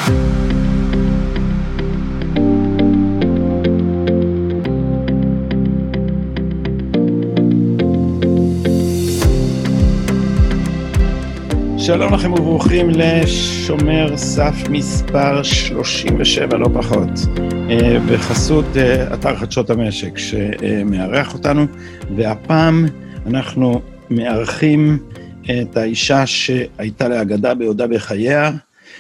שלום לכם וברוכים לשומר סף מספר 37, לא פחות, בחסות אתר חדשות המשק שמארח אותנו, והפעם אנחנו מארחים את האישה שהייתה לאגדה בעודה בחייה.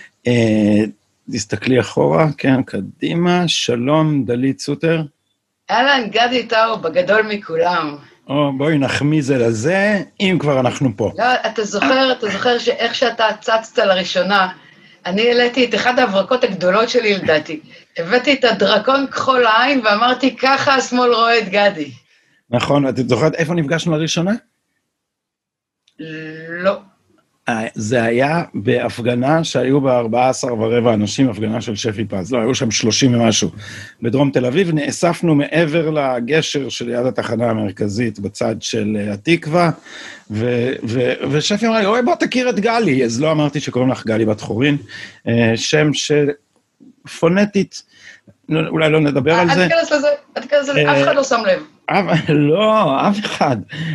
תסתכלי אחורה, כן, קדימה, שלום דלית סוטר. אהלן, גדי טאו, בגדול מכולם. בואי נחמיא זה לזה, אם כבר אנחנו פה. לא, אתה זוכר שאיך שאתה צצת לראשונה, אני העליתי את אחד ההברקות הגדולות שלי לדעתי, הבאתי את הדרקון כחול העין ואמרתי, ככה השמאל רואה את גדי. נכון, את זוכרת איפה נפגשנו לראשונה? לא. זה היה בהפגנה שהיו בה 14 ורבע אנשים, הפגנה של שפי פז, לא, היו שם 30 ומשהו. בדרום תל אביב נאספנו מעבר לגשר של יד התחנה המרכזית בצד של התקווה, ושפי אמרה לי, אוי בוא תכיר את גלי, אז לא אמרתי שקוראים לך גלי בת חורין, שם שפונטית, אולי לא נדבר על זה. אל תיכנס לזה, אף אחד לא שם לב. לא, אף אחד.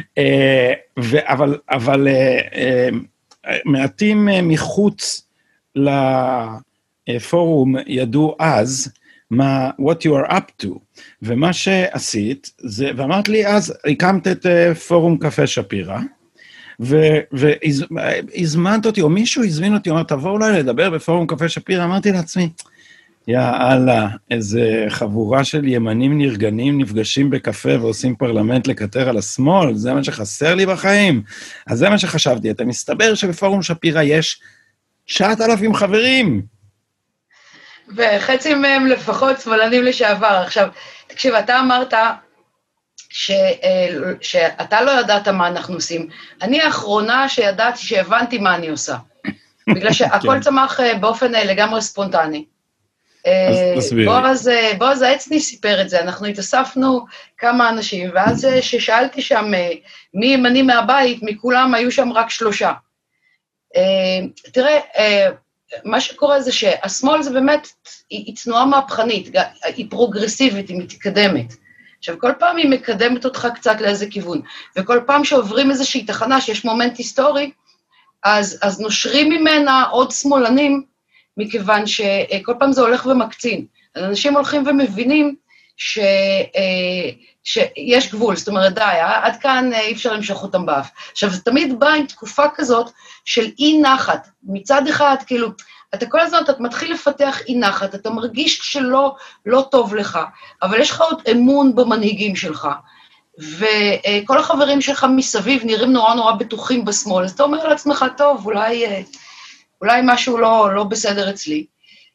אבל מעטים מחוץ לפורום ידעו אז what you are up to, ומה שעשית זה, ואמרת לי אז, הקמת את פורום קפה שפירא, והזמנת אותי, או מישהו הזמין אותי, אמר, תבוא אולי לדבר בפורום קפה שפירא, אמרתי לעצמי, יאללה, איזה חבורה של ימנים נרגנים נפגשים בקפה ועושים פרלמנט לקטר על השמאל, זה מה שחסר לי בחיים. אז זה מה שחשבתי, אתה מסתבר שבפורום שפירא יש 9,000 חברים. וחצי מהם לפחות שמאלנים לשעבר. עכשיו, תקשיב, אתה אמרת שאתה לא ידעת מה אנחנו עושים. אני האחרונה שידעתי שהבנתי מה אני עושה. בגלל שהכל צמח באופן לגמרי ספונטני. בועז העצני סיפר את זה, אנחנו התאספנו כמה אנשים, ואז ששאלתי שם מי ימני מהבית, מכולם היו שם רק 3. תראה, מה שקורה זה שהשמאל זה באמת, היא תנועה מהפכנית, היא פרוגרסיבית, היא מתקדמת. עכשיו, כל פעם היא מקדמת אותך קצת לאיזה כיוון, וכל פעם שעוברים איזושהי תחנה שיש מומנט היסטורי, אז נושרים ממנה עוד שמאלנים, מכיוון שכל פעם זה הולך ומקצין. אנשים הולכים ומבינים שיש גבול, זאת אומרת, די, עד כאן אי אפשר למשוך אותם באף. עכשיו, זה תמיד בא עם תקופה כזאת של אי נחת. מצד אחד, כאילו, אתה כל הזמן, אתה מתחיל לפתח אי נחת, אתה מרגיש שלא טוב לך, אבל יש לך עוד אמון במנהיגים שלך, וכל החברים שלך מסביב נראים נורא נורא בטוחים בשמאל, אז אתה אומר לעצמך, טוב, אולי משהו לא בסדר אצלי,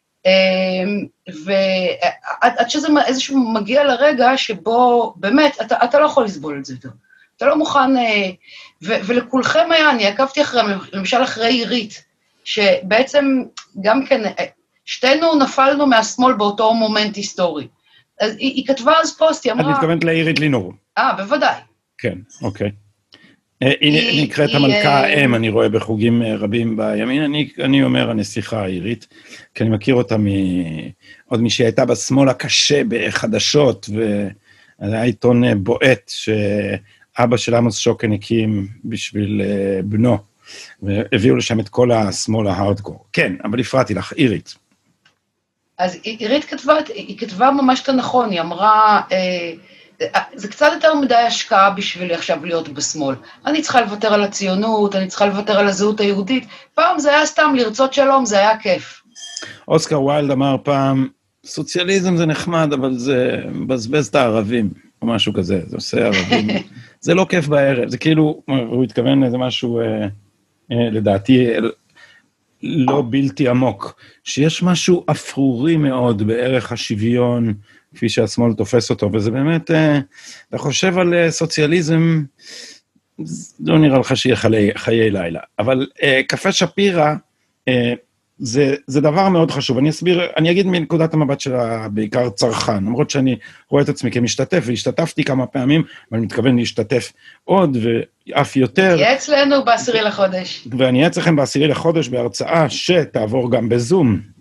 ועד שזה איזשהו מגיע לרגע שבו באמת, אתה לא יכול לסבול את זה יותר, אתה לא מוכן, ולכולכם היה, אני עקבתי אחריהם, למשל אחרי עירית, שבעצם גם כן, שתינו נפלנו מהשמאל באותו מומנט היסטורי, אז היא כתבה אז פוסט, היא אמרה... את מתכוונת לעירית לינור. בוודאי. כן, אוקיי. היא נקראת המלכה האם, אני רואה בחוגים רבים בימין, אני אומר הנסיכה העירית, כי אני מכיר אותה עוד מי שהייתה בשמאל הקשה בחדשות, והיה עיתון בועט שאבא של עמוס שוקן הקים בשביל בנו, והביאו לשם את כל השמאל ההארדקור. כן, אבל הפרעתי לך, עירית. אז עירית כתבה ממש את הנכון, היא אמרה... זה קצת יותר מדי השקעה בשבילי עכשיו להיות בשמאל. אני צריכה לוותר על הציונות, אני צריכה לוותר על הזהות היהודית. פעם זה היה סתם לרצות שלום, זה היה כיף. אוסקר ויילד אמר פעם, סוציאליזם זה נחמד, אבל זה מבזבז את הערבים, או משהו כזה, זה עושה ערבים. זה לא כיף בערב, זה כאילו, הוא התכוון לזה משהו, לדעתי, לא בלתי עמוק, שיש משהו אפרורי מאוד בערך השוויון, כפי שהשמאל תופס אותו, וזה באמת, אתה חושב על סוציאליזם, לא נראה לך שיהיה חיי לילה, אבל קפה שפירא, זה דבר מאוד חשוב, אני אגיד מנקודת המבט של בעיקר צרכן, למרות שאני רואה את עצמי כמשתתף, והשתתפתי כמה פעמים, אבל אני מתכוון להשתתף עוד ואף יותר. תהיה אצלנו ב10 לחודש. ואני אהיה אצלכם ב10 לחודש בהרצאה שתעבור גם בזום,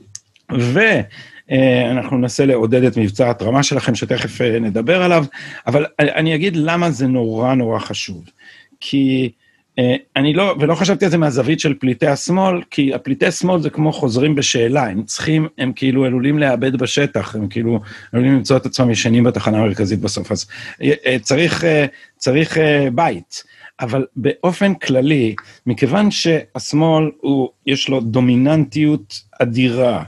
ואנחנו ננסה לעודד את מבצע התרמה שלכם, שתכף נדבר עליו, אבל אני אגיד למה זה נורא נורא חשוב. כי אני לא, ולא חשבתי על זה מהזווית של פליטי השמאל, כי הפליטי שמאל זה כמו חוזרים בשאלה, הם כאילו עלולים בשטח, הם כאילו עלולים למצוא את עצמם ישנים בתחנה המרכזית בסוף, אז צריך בית. אבל באופן כללי, מכיוון שהשמאל יש לו דומיננטיות אדירה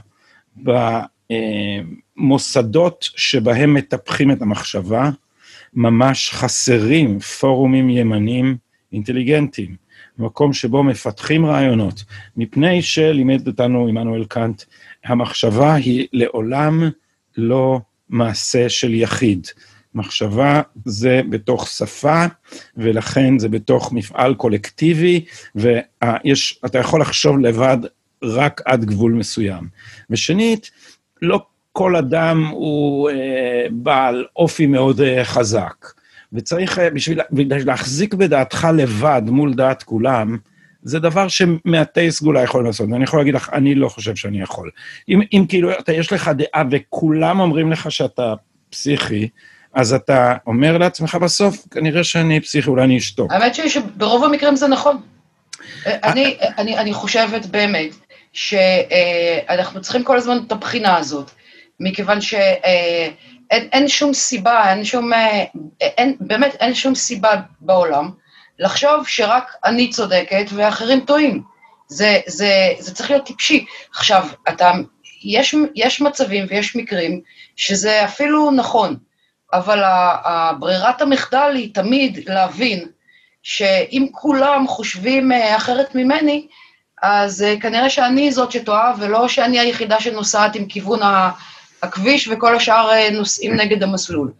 במוסדות שבהם מטפחים את המחשבה, ממש חסרים פורומים ימניים אינטליגנטיים, מקום שבו מפתחים רעיונות, מפני שלימד אותנו עמנואל קאנט, המחשבה היא לעולם לא מעשה של יחיד. מחשבה זה בתוך שפה, ולכן זה בתוך מפעל קולקטיבי, ואתה יכול לחשוב לבד רק עד גבול מסוים. ושנית, לא כל אדם הוא בעל אופי מאוד חזק, וצריך, בשביל להחזיק בדעתך לבד מול דעת כולם, זה דבר שמעטי סגולה יכולים לעשות, ואני יכול להגיד לך, אני לא חושב שאני יכול. אם כאילו יש לך דעה וכולם אומרים לך שאתה פסיכי, אז אתה אומר לעצמך בסוף, כנראה שאני פסיכי, אולי אני אשתוק. האמת שברוב המקרים זה נכון. אני חושבת באמת, שאנחנו צריכים כל הזמן את הבחינה הזאת, מכיוון שאין שום סיבה, באמת אין שום סיבה בעולם, לחשוב שרק אני צודקת ואחרים טועים. זה צריך להיות טיפשי. עכשיו, יש מצבים ויש מקרים שזה אפילו נכון, אבל ברירת המחדל היא תמיד להבין שאם כולם חושבים אחרת ממני, אז כנראה שאני זאת שטועה, ולא שאני היחידה שנוסעת עם כיוון הכביש, וכל השאר נוסעים נגד המסלול.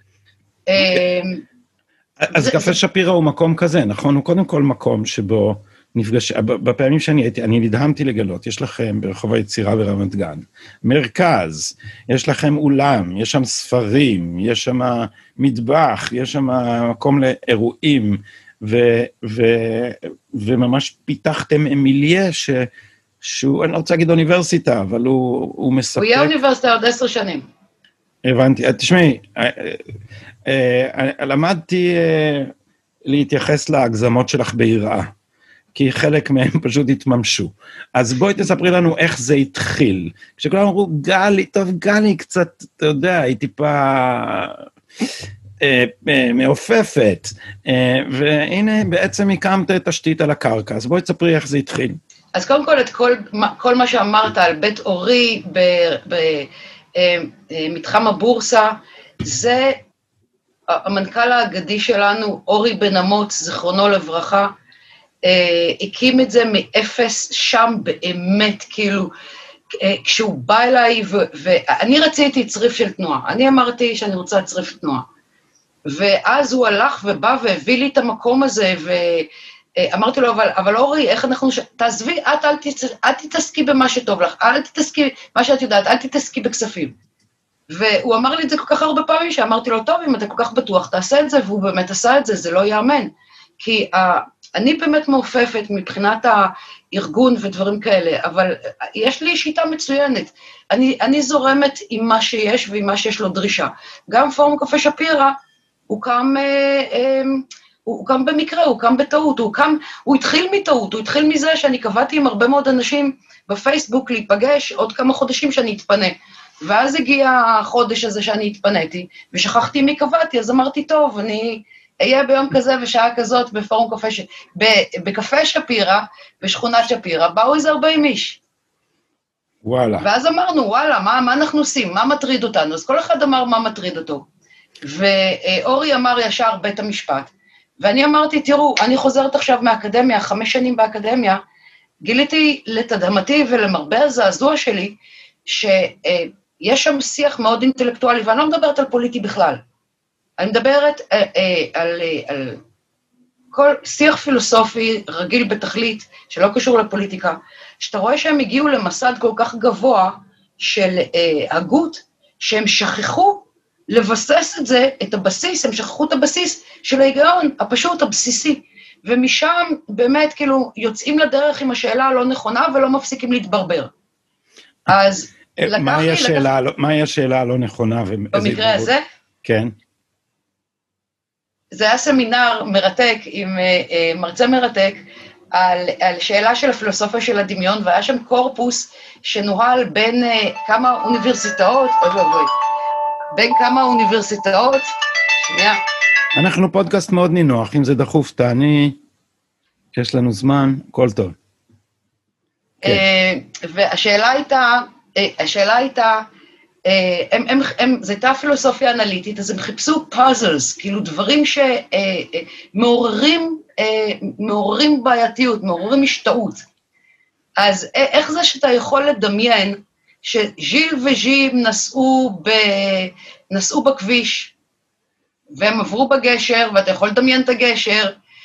אז קפה שפירא הוא מקום כזה, נכון? הוא קודם כל מקום שבו נפגש, בפעמים שאני הייתי, אני נדהמתי לגלות, יש לכם ברחוב היצירה ברמת גן, מרכז, יש לכם אולם, יש שם ספרים, יש שם מטבח, יש שם מקום לאירועים, וממש פיתחתם אמיליה שהוא, אני לא רוצה להגיד אוניברסיטה, אבל הוא מספק... הוא יהיה אוניברסיטה עוד 10 שנים. הבנתי, תשמעי, למדתי להתייחס להגזמות שלך ביראה, כי חלק מהם פשוט התממשו. אז בואי תספרי לנו איך זה התחיל. כשכולם אמרו, גלי, טוב, גלי קצת, אתה יודע, היא טיפה מעופפת, והנה בעצם הקמת את תשתית על הקרקע, אז בואי תספרי איך זה התחיל. אז קודם כל, כל מה שאמרת על בית אורי במתחם הבורסה, זה המנכ"ל האגדי שלנו, אורי בן אמוץ, זכרונו לברכה, הקים את זה מאפס שם באמת, כאילו, כשהוא בא אליי, ואני רציתי צריף של תנועה, אני אמרתי שאני רוצה צריף תנועה, ואז הוא הלך ובא והביא לי את המקום הזה, ואמרתי לו, אבל אורי, איך אנחנו, תעזבי, אל תתעסקי במה שטוב לך, אל תתעסקי, מה שאת יודעת, אל תתעסקי בכספים. והוא אמר לי את זה כל כך הרבה פעמים, שאמרתי לו, טוב, אם אתה כל כך בטוח, תעשה את זה, והוא באמת עשה את זה, זה לא יאמן. כי אני באמת מעופפת מבחינת הארגון ודברים כאלה, אבל יש לי שיטה מצוינת. אני זורמת עם מה שיש ועם מה שיש לו דרישה. גם פורום קפה שפירא, הוא קם במקרה, הוא קם בטעות, הוא התחיל מטעות, הוא התחיל מזה שאני קבעתי עם הרבה מאוד אנשים בפייסבוק להיפגש עוד כמה חודשים שאני אתפנה. ואז הגיע החודש הזה שאני התפניתי, ושכחתי מי קבעתי, אז אמרתי, טוב, אני אהיה ביום כזה ושעה כזאת בפורום קפה, בקפה שפירא, בשכונת שפירא, באו איזה 40 איש. וואלה. ואז אמרנו, וואלה, מה אנחנו עושים? מה מטריד אותנו? אז כל אחד אמר מה מטריד אותו. ואורי אמר ישר בית המשפט, ואני אמרתי, תראו, אני חוזרת עכשיו מהאקדמיה, 5 שנים באקדמיה, גיליתי לתדהמתי ולמרבה הזעזוע שלי, שיש שם שיח מאוד אינטלקטואלי, ואני לא מדברת על פוליטי בכלל. אני מדברת על כל שיח פילוסופי רגיל בתכלית, שלא קשור לפוליטיקה, שאתה רואה שהם הגיעו למסד כל כך גבוה של הגות, שהם שכחו לבסס את זה, את הבסיס, הם שכחו את הבסיס של ההיגיון הפשוט, הבסיסי, ומשם באמת כאילו יוצאים לדרך עם השאלה הלא נכונה, ולא מפסיקים להתברבר. אז מהי השאלה הלא נכונה? במקרה הזה? כן. זה היה סמינר מרתק עם מרצה מרתק, על שאלה של הפילוסופיה של הדמיון, והיה שם קורפוס שנוהל בין כמה אוניברסיטאות, שנייה. אנחנו פודקאסט מאוד נינוח, אם זה דחוף תעני, יש לנו זמן, כל טוב. והשאלה הייתה, זו הייתה פילוסופיה אנליטית, אז הם חיפשו פאזלס, כאילו דברים שמעוררים בעייתיות, מעוררים השתאות. אז איך זה שאתה יכול לדמיין שז'יל וז'ים נסעו בכביש, והם עברו בגשר, ואתה יכול לדמיין את הגשר,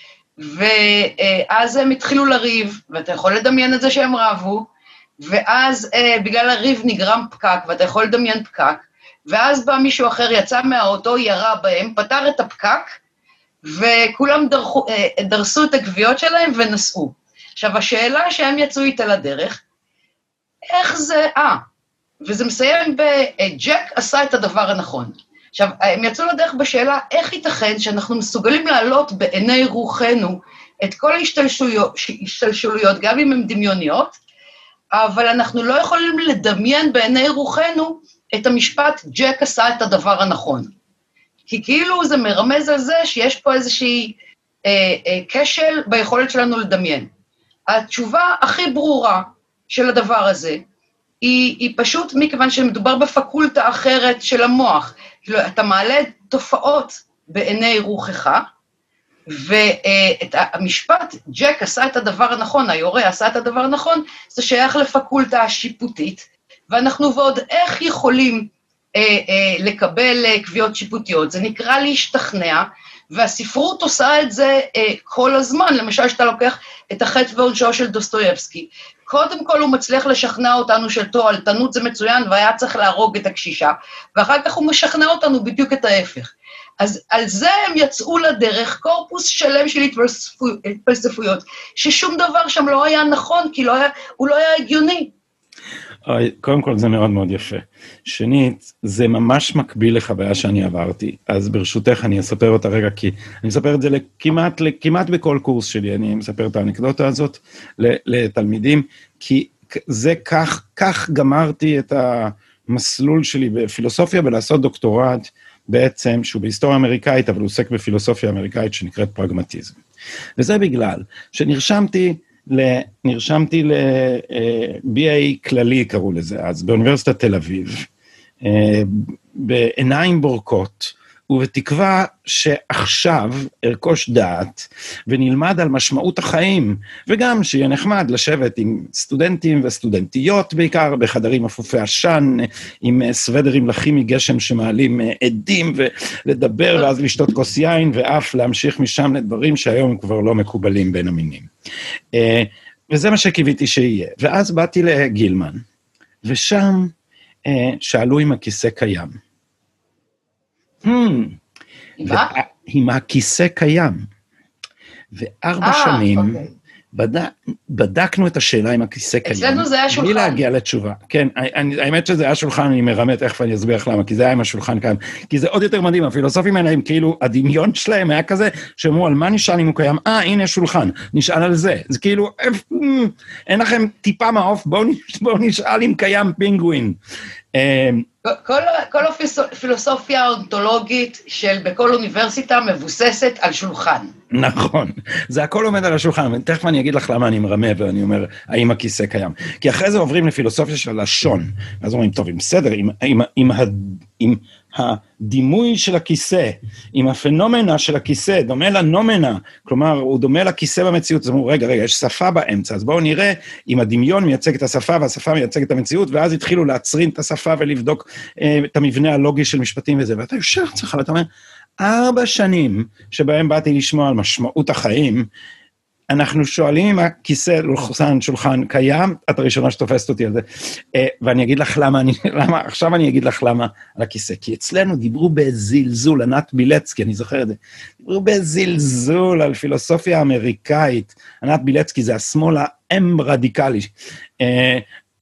ואז הם התחילו לריב, ואתה יכול לדמיין את זה שהם רבו, ואז בגלל הריב נגרם פקק, ואתה יכול לדמיין פקק, ואז בא מישהו אחר, יצא מהאוטו, ירה בהם, פתר את הפקק, וכולם דרסו את הגוויות שלהם ונסעו. עכשיו, השאלה שהם יצאו איתה לדרך, איך זה, וזה מסיים ג'ק עשה את הדבר הנכון. עכשיו, הם יצאו לדרך בשאלה, איך ייתכן שאנחנו מסוגלים לעלות בעיני רוחנו את כל ההשתלשלויות, גם אם הן דמיוניות, אבל אנחנו לא יכולים לדמיין בעיני רוחנו את המשפט, ג'ק עשה את הדבר הנכון. כי כאילו זה מרמז על זה שיש פה איזושהי כשל ביכולת שלנו לדמיין. התשובה הכי ברורה של הדבר הזה, היא פשוט מכיוון שמדובר בפקולטה אחרת של המוח. כאילו, אתה מעלה תופעות בעיני רוחך, ואת המשפט, ג'ק עשה את הדבר הנכון, היורה עשה את הדבר הנכון, זה שייך לפקולטה השיפוטית, ואנחנו ועוד איך יכולים לקבל קביעות שיפוטיות, זה נקרא להשתכנע, והספרות עושה את זה כל הזמן, למשל שאתה לוקח את החטא ועונשו של דוסטויבסקי, קודם כל הוא מצליח לשכנע אותנו של תועלתנות זה מצוין, והיה צריך להרוג את הקשישה, ואחר כך הוא משכנע אותנו בדיוק את ההפך. אז על זה הם יצאו לדרך, קורפוס שלם של התפלספויות, ששום דבר שם לא היה נכון, כי הוא לא היה הגיוני. קודם כל זה מאוד מאוד יפה. שנית, זה ממש מקביל לחוויה שאני עברתי, אז ברשותך אני אספר אותה רגע, כי אני מספר את זה כמעט בכל קורס שלי, אני מספר את האנקדוטה הזאת לתלמידים, כי זה כך גמרתי את המסלול שלי בפילוסופיה, ולעשות דוקטורט בעצם, שהוא בהיסטוריה אמריקאית, אבל הוא עוסק בפילוסופיה אמריקאית שנקראת פרגמטיזם. וזה בגלל שנרשמתי ל-BA כללי, קראו לזה, אז באוניברסיטת תל אביב, בעיניים בורקות, ובתקווה שעכשיו ארכוש דעת, ונלמד על משמעות החיים, וגם שיהיה נחמד לשבת עם סטודנטים וסטודנטיות בעיקר, בחדרים אפופי עשן, עם סוודרים לחים מגשם שמעלים עדים, ולדבר ואז לשתות כוס יין, ואף להמשיך משם לדברים שהיום הם כבר לא מקובלים בין המינים. וזה מה שקיוויתי שיהיה. ואז באתי לגילמן, ושם שאלו אם הכיסא קיים. עם הכיסא קיים. ו4 שנים בדקנו את השאלה אם הכיסא קיים. אצלנו זה היה שולחן. בלי להגיע לתשובה. כן, האמת שזה היה שולחן, אני מרמת, איך אני אסביר לך למה, כי זה היה עם השולחן קיים. כי זה עוד יותר מדהים, הפילוסופים האלה, כאילו, הדמיון שלהם היה כזה, שאמרו, על מה נשאל אם הוא קיים? הנה שולחן, נשאל על זה. זה כאילו, אין לכם טיפה מעוף, בואו נשאל אם קיים פינגווין. כל הפילוסופיה האונתולוגית של בכל אוניברסיטה מבוססת על שולחן. נכון, זה הכל עומד על השולחן, תכף אני אגיד לך למה אני מרמה ואני אומר, האם הכיסא קיים. כי אחרי זה עוברים לפילוסופיה של הלשון, אז אומרים, טוב, אם בסדר, אם הדימוי של הכיסא, אם הפנומנה של הכיסא דומה לנומנה, כלומר, הוא דומה לכיסא במציאות, אז אומרים, רגע, יש שפה באמצע, אז בואו נראה אם הדמיון מייצג את השפה, והשפה מייצג את המציאות, ואז התחילו להצרין את השפה ולבדוק את המבנה הלוגי של משפטים וזה, ואתה יושב אצלך ואתה אומר, 4 שנים שבהם באתי לשמוע על משמעות החיים, אנחנו שואלים אם הכיסא שולחן קיים, את הראשונה שתופסת אותי על זה, ואני אגיד לך למה, עכשיו אני אגיד לך למה על הכיסא, כי אצלנו דיברו בזלזול, ענת בילצקי, אני זוכר את זה, דיברו בזלזול על פילוסופיה אמריקאית, ענת בילצקי זה השמאל האם רדיקלי,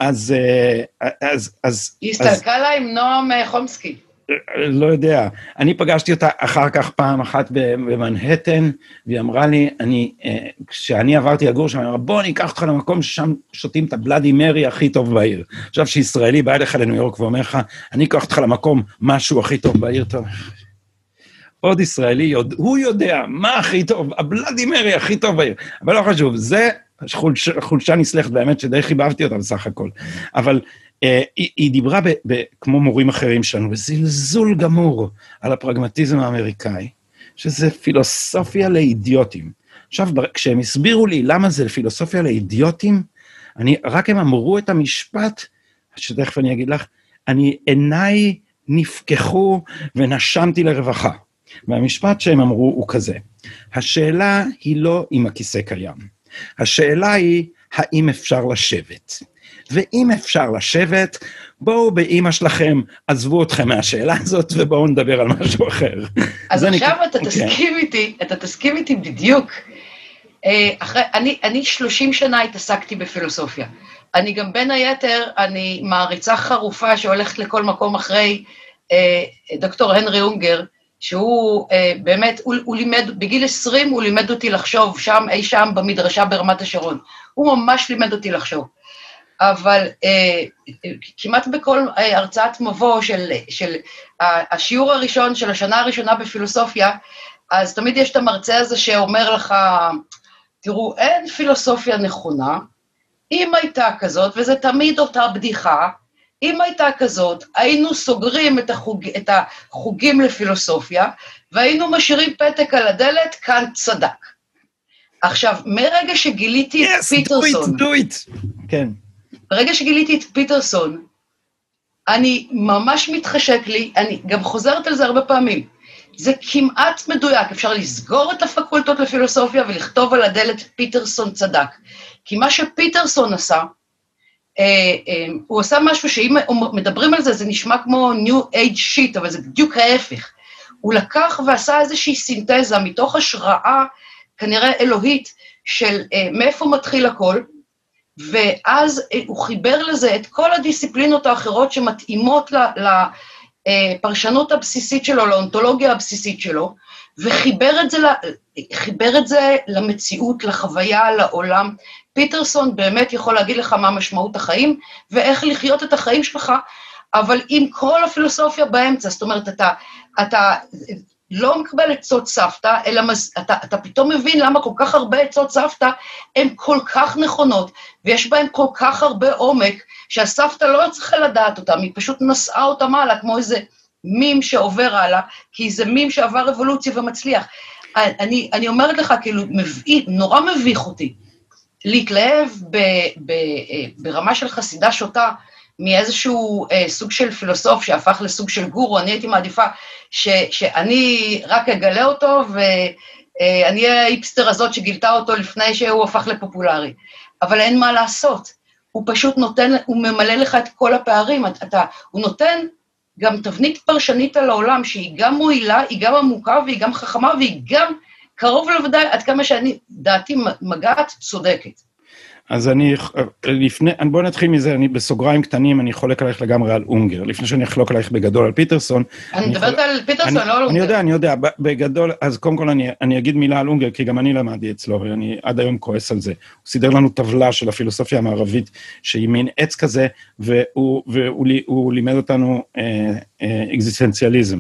אז... היא הסתלקה לה עם נועם חומסקי. לא יודע. אני פגשתי אותה אחר כך פעם אחת במנהטן, והיא אמרה לי, כשאני עברתי לגור שם, היא אמרה, בוא ניקח אותך למקום ששם שותים את הבלאדי מרי הכי טוב בעיר. עכשיו שישראלי בא אליך לניו יורק ואומר לך, אני אקח אותך למקום משהו הכי טוב בעיר, טוב. עוד ישראלי, הוא יודע מה הכי טוב, הבלאדי מרי הכי טוב בעיר. אבל לא חשוב, זה חולשה נסלחת באמת, שדי חיבבתי אותה בסך הכל. אבל היא דיברה כמו מורים אחרים שלנו, בזלזול גמור על הפרגמטיזם האמריקאי, שזה פילוסופיה לאידיוטים. עכשיו, כשהם הסבירו לי למה זה פילוסופיה לאידיוטים, רק הם אמרו את המשפט, שתכף אני אגיד לך, עיניי נפקחו ונשמתי לרווחה. והמשפט שהם אמרו הוא כזה, השאלה היא לא אם הכיסא קיים, השאלה היא האם אפשר לשבת. ואם אפשר לשבת, בואו באמא שלכם, עזבו אתכם מהשאלה הזאת, ובואו נדבר על משהו אחר. אז עכשיו אתה תסכים איתי בדיוק. אני 30 שנה התעסקתי בפילוסופיה. אני גם בין היתר, אני מעריצה חרופה שהולכת לכל מקום אחרי דוקטור הנרי אונגר, שהוא באמת, הוא לימד, בגיל 20 הוא לימד אותי לחשוב, שם אי שם במדרשה ברמת השרון. הוא ממש לימד אותי לחשוב. אבל כמעט בכל הרצאת מבוא של השיעור הראשון, של השנה הראשונה בפילוסופיה, אז תמיד יש את המרצה הזה שאומר לך, תראו, אין פילוסופיה נכונה, אם הייתה כזאת, וזה תמיד אותה בדיחה, אם הייתה כזאת, היינו סוגרים את החוגים לפילוסופיה, והיינו משאירים פתק על הדלת, כאן צדק. עכשיו, מרגע שגיליתי את פיטרסון, do it. כן. ברגע שגיליתי את פיטרסון, אני ממש מתחשק לי, אני גם חוזרת על זה הרבה פעמים, זה כמעט מדויק, אפשר לסגור את הפקולטות לפילוסופיה ולכתוב על הדלת פיטרסון צדק. כי מה שפיטרסון עשה, הוא עשה משהו שאם מדברים על זה, זה נשמע כמו New Age shit, אבל זה בדיוק ההפך. הוא לקח ועשה איזושהי סינתזה מתוך השראה, כנראה אלוהית, של מאיפה מתחיל הכל, ואז הוא חיבר לזה את כל הדיסציפלינות האחרות שמתאימות לפרשנות הבסיסית שלו, לאונתולוגיה הבסיסית שלו, וחיבר את זה למציאות, לחוויה, לעולם. פיטרסון באמת יכול להגיד לך מה משמעות החיים, ואיך לחיות את החיים שלך, אבל עם כל הפילוסופיה באמצע, זאת אומרת, אתה לא מקבל עצות סבתא, אלא אתה פתאום מבין למה כל כך הרבה עצות סבתא הן כל כך נכונות, ויש בהן כל כך הרבה עומק, שהסבתא לא צריכה לדעת אותם, היא פשוט נשאה אותם הלאה, כמו איזה מים שעובר הלאה, כי זה מים שעבר אבולוציה ומצליח. אני אומרת לך, כאילו, נורא מביך אותי, להתלהב ברמה של חסידה שוטה, מאיזשהו סוג של פילוסוף שהפך לסוג של גורו, אני הייתי מעדיפה שאני רק אגלה אותו, ואני אהיה האיפסטר הזאת שגילתה אותו לפני שהוא הפך לפופולרי. אבל אין מה לעשות, הוא פשוט נותן, הוא ממלא לך את כל הפערים, הוא נותן גם תבנית פרשנית על העולם, שהיא גם מועילה, היא גם עמוקה, והיא גם חכמה, והיא גם קרוב לוודאי, עד כמה שאני דעתי מגעת צודקת. אז בוא נתחיל מזה, אני בסוגריים קטנים, אני חולק עליך לגמרי על אונגר, לפני שאני אחלוק עליך בגדול על פיטרסון. אני מדברת על פיטרסון, לא על אונגר. אני יודע, בגדול, אז קודם כל אני אגיד מילה על אונגר, כי גם אני למדתי אצלו, ואני עד היום כועס על זה. הוא סידר לנו טבלה של הפילוסופיה המערבית, שהיא מין עץ כזה, והוא לימד אותנו אקזיסטנציאליזם.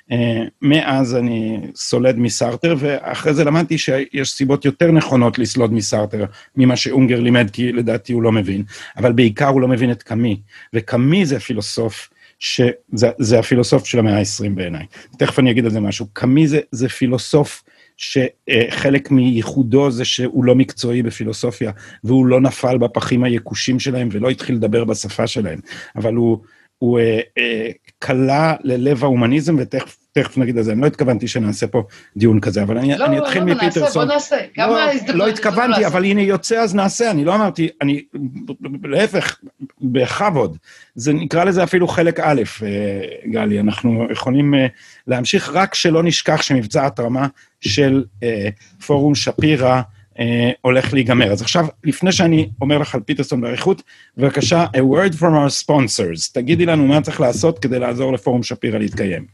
מאז אני סולד מסארטר, ואחרי זה למדתי שיש סיבות יותר נכונות לסלוד מסארטר, ממה שאונגר לימד, כי לדעתי הוא לא מבין, אבל בעיקר הוא לא מבין את קמי, וקמי זה הפילוסוף, זה הפילוסוף של המאה ה-20 בעיניי. תכף אני אגיד על זה משהו, קמי זה פילוסוף, שחלק מייחודו זה שהוא לא מקצועי בפילוסופיה, והוא לא נפל בפחים היקושים שלהם, ולא התחיל לדבר בשפה שלהם, אבל הוא קלה ללב ההומניזם, ותכף נגיד על זה, אני לא התכוונתי שנעשה פה דיון כזה, אבל אני אתחיל מפיטרסון. בוא נעשה, לא התכוונתי, אבל הנה יוצא, אז נעשה, אני לא אמרתי, להפך, בכבוד, זה נקרא לזה אפילו חלק א', גלי, אנחנו יכולים להמשיך, רק שלא נשכח שמבצע התרמה של פורום שפירא, הולך להיגמר. אז עכשיו, לפני שאני אומר לך על פיטרסון בעריכות, בבקשה, a word from our sponsors. תגידי לנו מה צריך לעשות כדי לעזור לפורום שפירא להתקיים.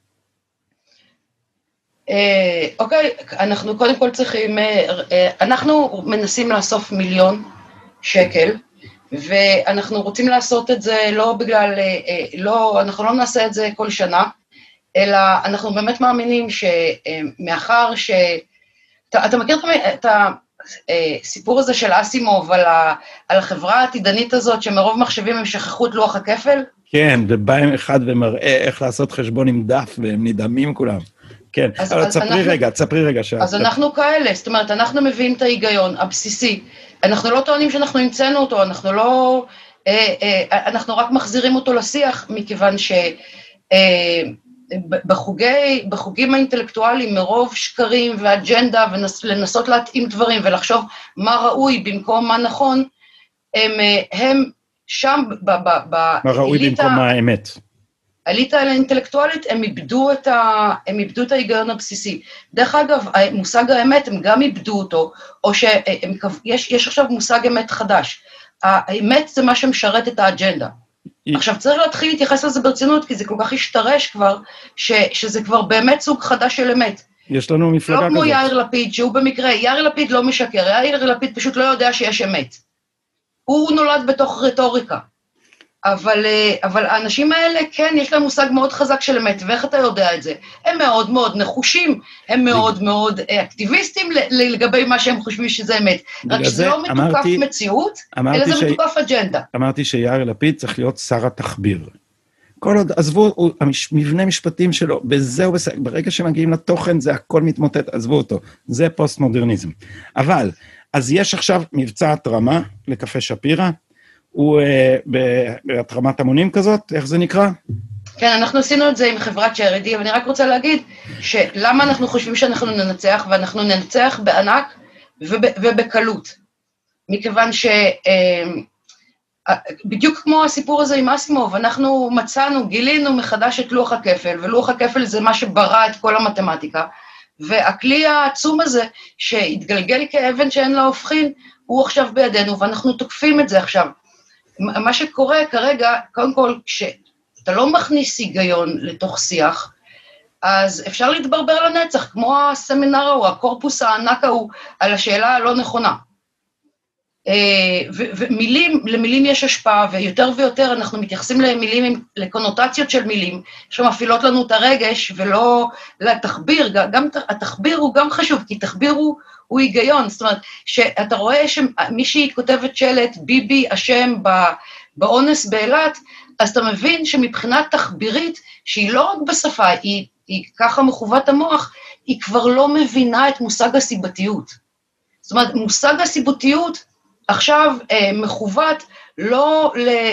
אוקיי, אנחנו קודם כל צריכים, אנחנו מנסים לאסוף $1,000,000, ואנחנו רוצים לעשות את זה לא בגלל, אנחנו לא נעשה את זה כל שנה, אלא אנחנו באמת מאמינים שמאחר אתה מכיר את הסיפור הזה של אסימוב על החברה העתידנית הזאת, שמרוב מחשבים הם שכחו את לוח הכפל? כן, ובא עם אחד ומראה איך לעשות חשבון עם דף, והם נדהמים כולם. כן, אבל תספרי רגע. אז אנחנו כאלה, זאת אומרת, אנחנו מביאים את ההיגיון הבסיסי, אנחנו לא טוענים שאנחנו המצאנו אותו, אנחנו רק מחזירים אותו לשיח, מכיוון בחוגים האינטלקטואליים, מרוב שקרים ואג'נדה, ולנסות להתאים דברים, ולחשוב מה ראוי במקום מה נכון, הם שם, מה ראוי במקום מה האמת. האליטה האינטלקטואלית, הם איבדו את ההיגיון הבסיסי. דרך אגב, מושג האמת, הם גם איבדו אותו, או שיש עכשיו מושג אמת חדש. האמת זה מה שמשרת את האג'נדה. עכשיו צריך להתחיל להתייחס לזה ברצינות, כי זה כל כך השתרש כבר, שזה כבר באמת סוג חדש של אמת. יש לנו מפלגה כזאת. לא כמו יאיר לפיד, שהוא במקרה, יאיר לפיד לא משקר, יאיר לפיד פשוט לא יודע שיש אמת. הוא נולד בתוך רטוריקה. אבל האנשים האלה, כן, יש להם מושג מאוד חזק של אמת, ואיך אתה יודע את זה? הם מאוד מאוד נחושים, הם מאוד מאוד אקטיביסטים לגבי מה שהם חושבים שזה אמת. רק שזה לא מתוקף מציאות, אלא זה מתוקף אג'נדה. אמרתי שיאיר לפיד צריך להיות שר התחביר. כל עוד, עזבו, המבנה משפטים שלו, בזה ובזה, ברגע שמגיעים לתוכן, זה הכל מתמוטט, עזבו אותו. זה פוסט-מודרניזם. אבל, אז יש עכשיו מבצע התרמה לקפה שפירא, הוא בהתרמת המונים כזאת, איך זה נקרא? כן, אנחנו עשינו את זה עם חברת צ'ריטי, אבל אני רק רוצה להגיד, שלמה אנחנו חושבים שאנחנו ננצח, ואנחנו ננצח בענק ובקלות. מכיוון בדיוק כמו הסיפור הזה עם אסימוב, אנחנו גילינו מחדש את לוח הכפל, ולוח הכפל זה מה שברא את כל המתמטיקה, והכלי העצום הזה, שהתגלגל כאבן שאין לה הופכין, הוא עכשיו בידינו, ואנחנו תוקפים את זה עכשיו. מה שקורה כרגע, קודם כל, כשאתה לא מכניס היגיון לתוך שיח, אז אפשר להתברבר לנצח, כמו הסמינר ההוא, הקורפוס הענק ההוא, על השאלה הלא נכונה. למילים יש השפעה, ויותר ויותר אנחנו מתייחסים למילים, לקונוטציות של מילים, שמפעילות לנו את הרגש, ולא לתחביר, גם התחביר הוא גם חשוב, כי תחביר הוא היגיון, זאת אומרת, שאתה רואה שמישהי כותבת שלט, ביבי אשם באונס באילת, אז אתה מבין שמבחינה תחבירית, שהיא לא רק בשפה, היא ככה מחוות המוח, היא כבר לא מבינה את מושג הסיבתיות. זאת אומרת, מושג הסיבתיות, עכשיו מחוות לא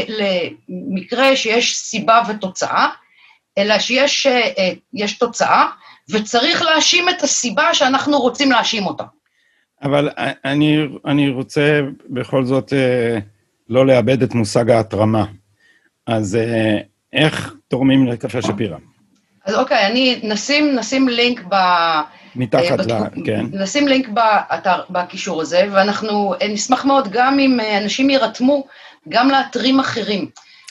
למקרה שיש סיבה ותוצאה, אלא שיש תוצאה, וצריך להאשים את הסיבה שאנחנו רוצים להאשים אותה. אבל אני רוצה בכל זאת לא לאבד את מושג ההתרמה. אז איך תורמים לקפה שפירא? אז אוקיי, נשים לינק מתחת כן. נשים לינק בקישור הזה, ואנחנו נשמח מאוד גם אם אנשים יירתמו, גם לאתרים אחרים.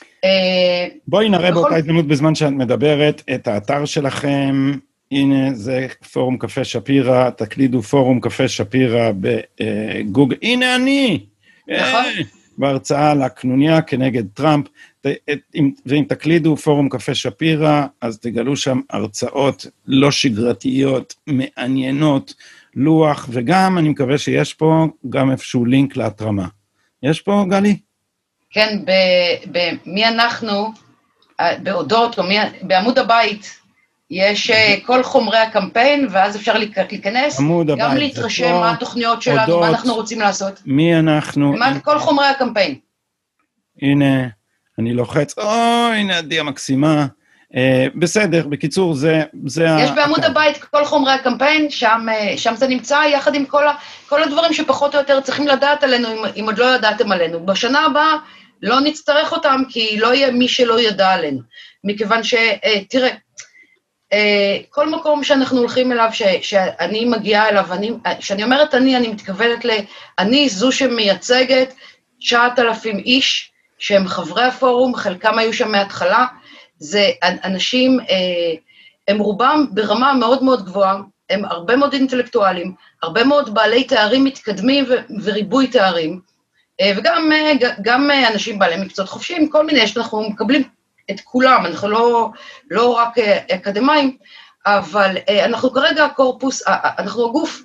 בואי נראה באותה הזדמנות בזמן שאת מדברת את האתר שלכם, הנה זה פורום קפה שפירא, תקלידו פורום קפה שפירא בגוגל, הנה אני! נכון. בהרצאה לקנוניה כנגד טראמפ, ואם תקלידו פורום קפה שפירא, אז תגלו שם הרצאות לא שגרתיות, מעניינות, לוח, וגם אני מקווה שיש פה גם איפשהו לינק להתרמה. יש פה, גלי? כן, במי אנחנו, באודות, או בעמוד הבית, יש כל חומרי הקמפיין, ואז אפשר להיכנס, גם להתרשם מה התוכניות שלנו, מה אנחנו רוצים לעשות. מי אנחנו? כל חומרי הקמפיין. הנה, אני לוחץ, הנה עדי המקסימה. בסדר, בקיצור, זה... יש בעמוד הבית כל חומרי הקמפיין, שם זה נמצא, יחד עם כל הדברים שפחות או יותר צריכים לדעת עלינו, אם עוד לא ידעתם עלינו. בשנה הבאה לא נצטרך אותם, כי לא יהיה מי שלא ידע עלינו. מכיוון תראה, כל מקום שאנחנו הולכים אליו, שאני מגיעה אליו, שאני אומרת אני מתכוונת אני זו שמייצגת 9,000 איש, שהם חברי הפורום, חלקם היו שם מההתחלה, זה אנשים, הם רובם ברמה מאוד מאוד גבוהה, הם הרבה מאוד אינטלקטואלים, הרבה מאוד בעלי תארים מתקדמים וריבוי תארים, וגם אנשים בעלי מקצועות חופשיים, כל מיני, אנחנו מקבלים את כולם, אנחנו לא רק אקדמיים, אבל אנחנו כרגע הקורפוס, אנחנו הגוף,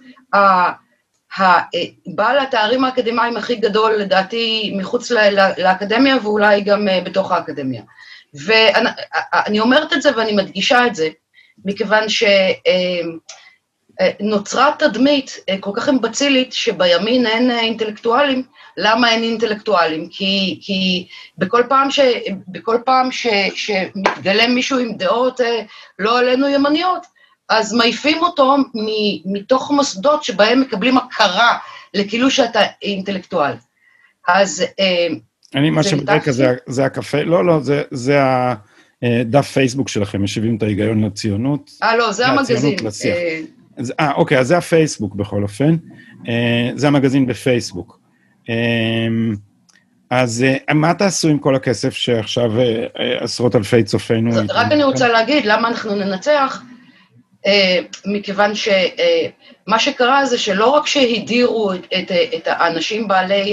בעל התארים האקדמיים הכי גדול, לדעתי, מחוץ לאקדמיה, ואולי גם בתוך האקדמיה. ואני אומרת את זה ואני מדגישה את זה, מכיוון שנוצרה תדמית כל כך אמבצילית, שבימין אין אינטלקטואלים. למה אין אינטלקטואלים? כי בכל פעם שמתגלה מישהו עם דעות לא עלינו ימניות, אז מעיפים אותו מתוך מוסדות שבהם מקבלים הכרה לכאילו שאתה אינטלקטואל. אז מה שברקע זה הקפה, לא, זה הדף פייסבוק שלכם, משיבים את ההיגיון לציונות. לא, זה המגזין. אוקיי, אז זה הפייסבוק בכל אופן, זה המגזין בפייסבוק. אז מה תעשו עם כל הכסף שעכשיו עשרות אלפי צופינו? רק אני רוצה להגיד למה אנחנו ננצח, מכיוון שמה שקרה זה שלא רק שהדירו את האנשים בעלי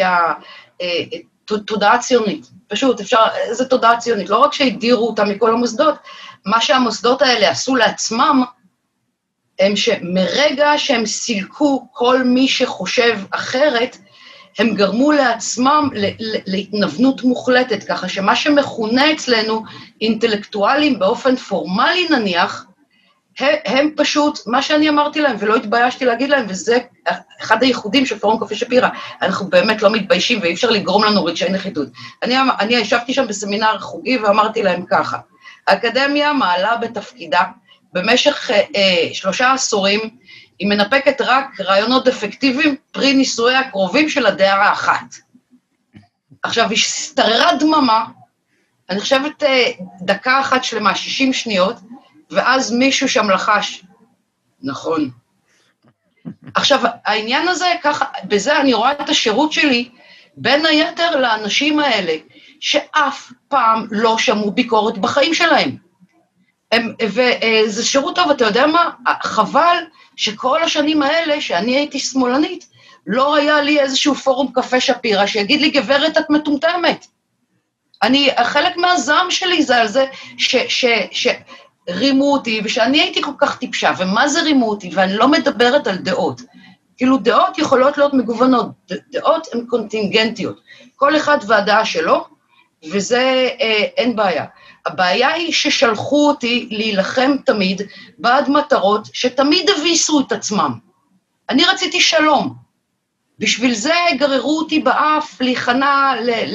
תודעה ציונית, פשוט זה תודעה ציונית, לא רק שהדירו אותם מכל המוסדות, מה שהמוסדות האלה עשו לעצמם, הם שמרגע שהם סילקו כל מי שחושב אחרת, הם גרמו לעצמם להתנוונות מוחלטת, ככה שמה שמכונה אצלנו אינטלקטואלים באופן פורמלי נניח, הם פשוט, מה שאני אמרתי להם ולא התביישתי להגיד להם, וזה אחד הייחודים של פורום קפה שפירא, אנחנו באמת לא מתביישים ואי אפשר לגרום לנו רגשי נחיתות. אני ישבתי שם בסמינר חוגי ואמרתי להם ככה, האקדמיה מעלה בתפקידה, במשך 3 עשורים, היא מנפקת רק רעיונות אפקטיביים, פרי נישואי הקרובים של הדעה האחת. עכשיו, היא סתררה דממה, אני חושבת דקה אחת שלמה, 60 שניות, ואז מישהו שם לחש, נכון. עכשיו, העניין הזה, ככה, בזה אני רואה את השירות שלי, בין היתר לאנשים האלה, שאף פעם לא שמעו ביקורת בחיים שלהם. וזה שירות טוב, אתה יודע מה? חבל שכל השנים האלה, שאני הייתי שמאלנית, לא היה לי איזשהו פורום קפה שפירא, שיגיד לי, גברת, את מטומטמת. חלק מהזעם שלי זה על זה שרימו אותי, ושאני הייתי כל כך טיפשה, ומה זה רימו אותי? ואני לא מדברת על דעות. כאילו, דעות יכולות להיות מגוונות, דעות הן קונטינגנטיות. כל אחד והדעה שלו, וזה אין בעיה. הבעיה היא ששלחו אותי להילחם תמיד בעד מטרות שתמיד הביסו את עצמם. אני רציתי שלום. בשביל זה גררו אותי באף, להיכנע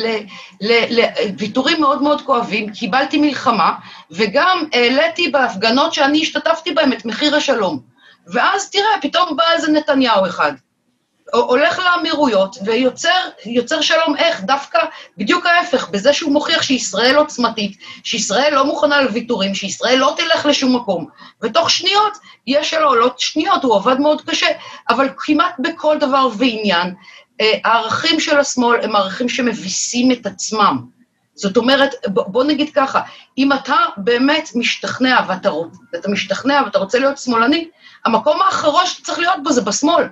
לוויתורים מאוד מאוד כואבים, קיבלתי מלחמה, וגם העליתי בהפגנות שאני השתתפתי בהם את מחיר השלום. ואז תראה, פתאום בא איזה נתניהו אחד, הולך לאמירויות ויוצר שלום איך, דווקא בדיוק ההפך, בזה שהוא מוכיח שישראל עוצמתית, שישראל לא מוכנה לוויתורים, שישראל לא תלך לשום מקום, ותוך שניות, יש לו, לא שניות, הוא עבד מאוד קשה, אבל כמעט בכל דבר ועניין, הערכים של השמאל הם ערכים שמביסים את עצמם. זאת אומרת, בוא נגיד ככה, אם אתה באמת משתכנע, ואתה משתכנע ואתה רוצה להיות שמאלני, המקום האחרון שאתה צריך להיות בו זה בשמאל.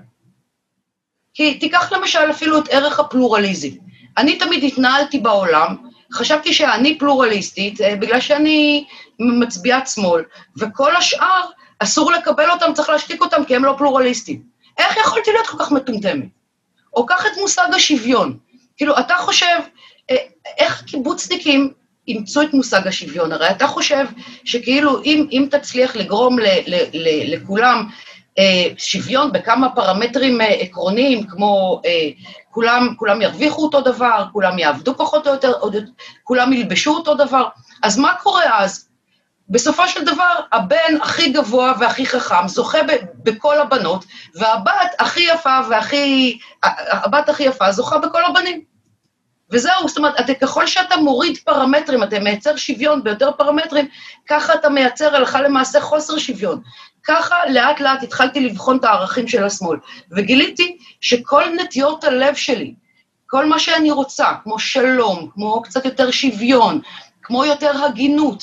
כי תיקח למשל אפילו את ערך הפלורליזם. אני תמיד התנהלתי בעולם, חשבתי שאני פלורליסטית, בגלל שאני מצביעת שמאל, וכל השאר אסור לקבל אותם, צריך להשתיק אותם, כי הם לא פלורליסטים. איך יכולתי להיות כל כך מטומטמת? או קח את מושג השוויון. כאילו, אתה חושב, איך קיבוצניקים אימצו את מושג השוויון? הרי אתה חושב שכאילו, אם תצליח לגרום לכולם, שוויון בכמה פרמטרים עקרוניים, כמו כולם ירוויחו אותו דבר, כולם יעבדו פחות או יותר, כולם ילבשו אותו דבר, אז מה קורה אז? בסופו של דבר, הבן הכי גבוה והכי חכם זוכה בכל הבנות, והבת הכי יפה זוכה בכל הבנים. וזהו, זאת אומרת, ככל שאתה מוריד פרמטרים, אתה מייצר שוויון ביותר פרמטרים, ככה אתה מייצר הלכה למעשה חוסר שוויון. ככה לאט לאט התחלתי לבחון את הערכים של השמאל, וגיליתי שכל נטיות הלב שלי, כל מה שאני רוצה, כמו שלום, כמו קצת יותר שוויון, כמו יותר הגינות,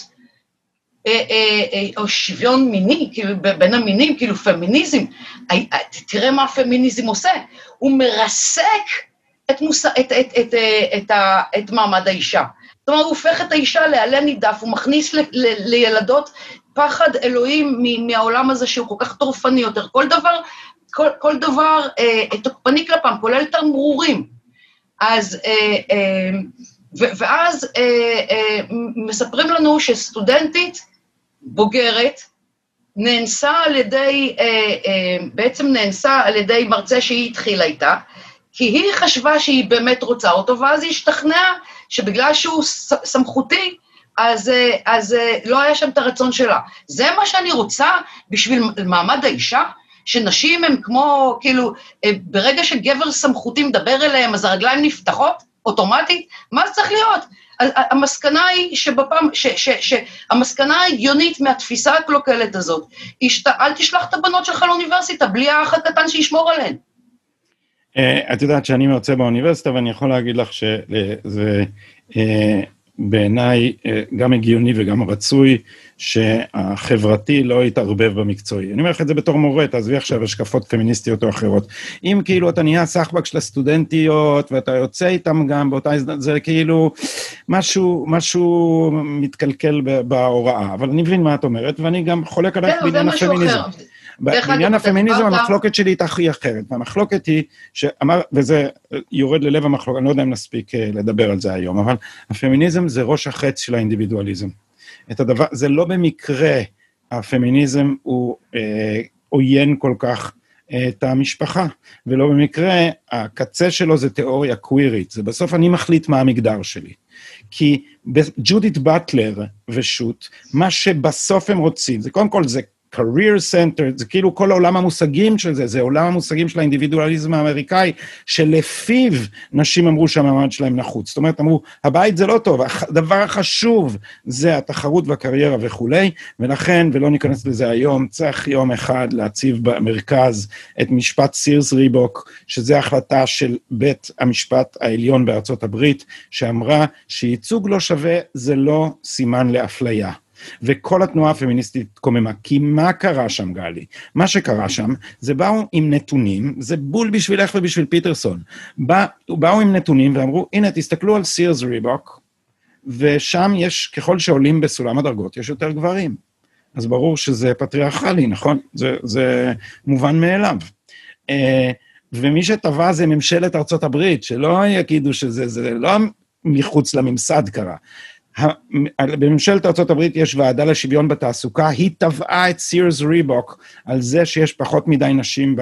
או שוויון מיני, כאילו בין המינים, כאילו פמיניזם, תראה מה הפמיניזם עושה, הוא מרסק את מעמד האישה. זאת אומרת, הוא הופך את האישה לעלה נידף, הוא מכניס לילדות פחד אלוהים מהעולם הזה שהוא כל כך טורפני יותר. כל דבר תוקפני כלפם, כולל תמרורים. ואז מספרים לנו שסטודנטית בוגרת נאנסה על ידי מרצה שהיא התחילה איתה, כי היא חשבה שהיא באמת רוצה אותו, ואז היא השתכנעה שבגלל שהוא סמכותי, אז לא היה שם את הרצון שלה. זה מה שאני רוצה בשביל מעמד האישה, שנשים הם כמו, כאילו, ברגע שגבר סמכותי מדבר אליהם, אז הרגליים נפתחות אוטומטית, מה זה צריך להיות? המסקנה היא המסקנה ההגיונית מהתפיסה הקלוקלת הזאת, אל תשלח את הבנות שלך לאוניברסיטה, בלי האח הקטן שישמור עליהן. את יודעת שאני מרצה באוניברסיטה, ואני יכול להגיד לך שזה בעיניי גם הגיוני וגם רצוי, שהחברתי לא יתערבב במקצועי. אני אומר לך את זה בתור מורה, תעזבי עכשיו השקפות פמיניסטיות או אחרות. אם כאילו אתה נהיה סחבק של הסטודנטיות, ואתה יוצא איתם גם באותה הזדמנות, זה כאילו משהו מתקלקל בהוראה, אבל אני מבין מה את אומרת, ואני גם חולק עליך בעניין הפמיניזם. בעניין הפמיניזם המחלוקת שלי איתך היא אחרת, והמחלוקת היא, וזה יורד ללב המחלוקת, אני לא יודע אם נספיק לדבר על זה היום, אבל הפמיניזם זה ראש החץ של האינדיבידואליזם. זה לא במקרה, הפמיניזם הוא עוין כל כך את המשפחה, ולא במקרה, הקצה שלו זה תיאוריה קווירית, זה בסוף אני מחליט מה המגדר שלי. כי ג'ודית באטלר ושות, מה שבסוף הם רוצים, זה קודם כל זה career center, זה כאילו כל העולם המושגים של זה, זה עולם המושגים של האינדיבידואליזם האמריקאי, שלפיו נשים אמרו שהמעמד שלהם נחוץ. זאת אומרת, אמרו, הבית זה לא טוב, הדבר החשוב זה התחרות והקריירה וכולי, ולכן, ולא ניכנס לזה היום, צריך יום אחד להציב במרכז את משפט סירס ריבוק, שזה החלטה של בית המשפט העליון בארצות הברית, שאמרה שייצוג לא שווה, זה לא סימן לאפליה. וכל התנועה הפמיניסטית קוממה, כי מה קרה שם, גלי? מה שקרה שם, זה באו עם נתונים, זה בול בשבילך ובשביל פיטרסון, באו עם נתונים ואמרו, הנה, תסתכלו על סירס ריבוק, ושם יש, ככל שעולים בסולם הדרגות, יש יותר גברים. אז ברור שזה פטריארכלי, נכון? זה מובן מאליו. ומי שטבע זה ממשלת ארצות הברית, שלא יגידו שזה לא מחוץ לממסד קרה. בממשלת ארצות הברית יש ועדה לשוויון בתעסוקה, היא טבעה את סירס ריבוק על זה שיש פחות מדי נשים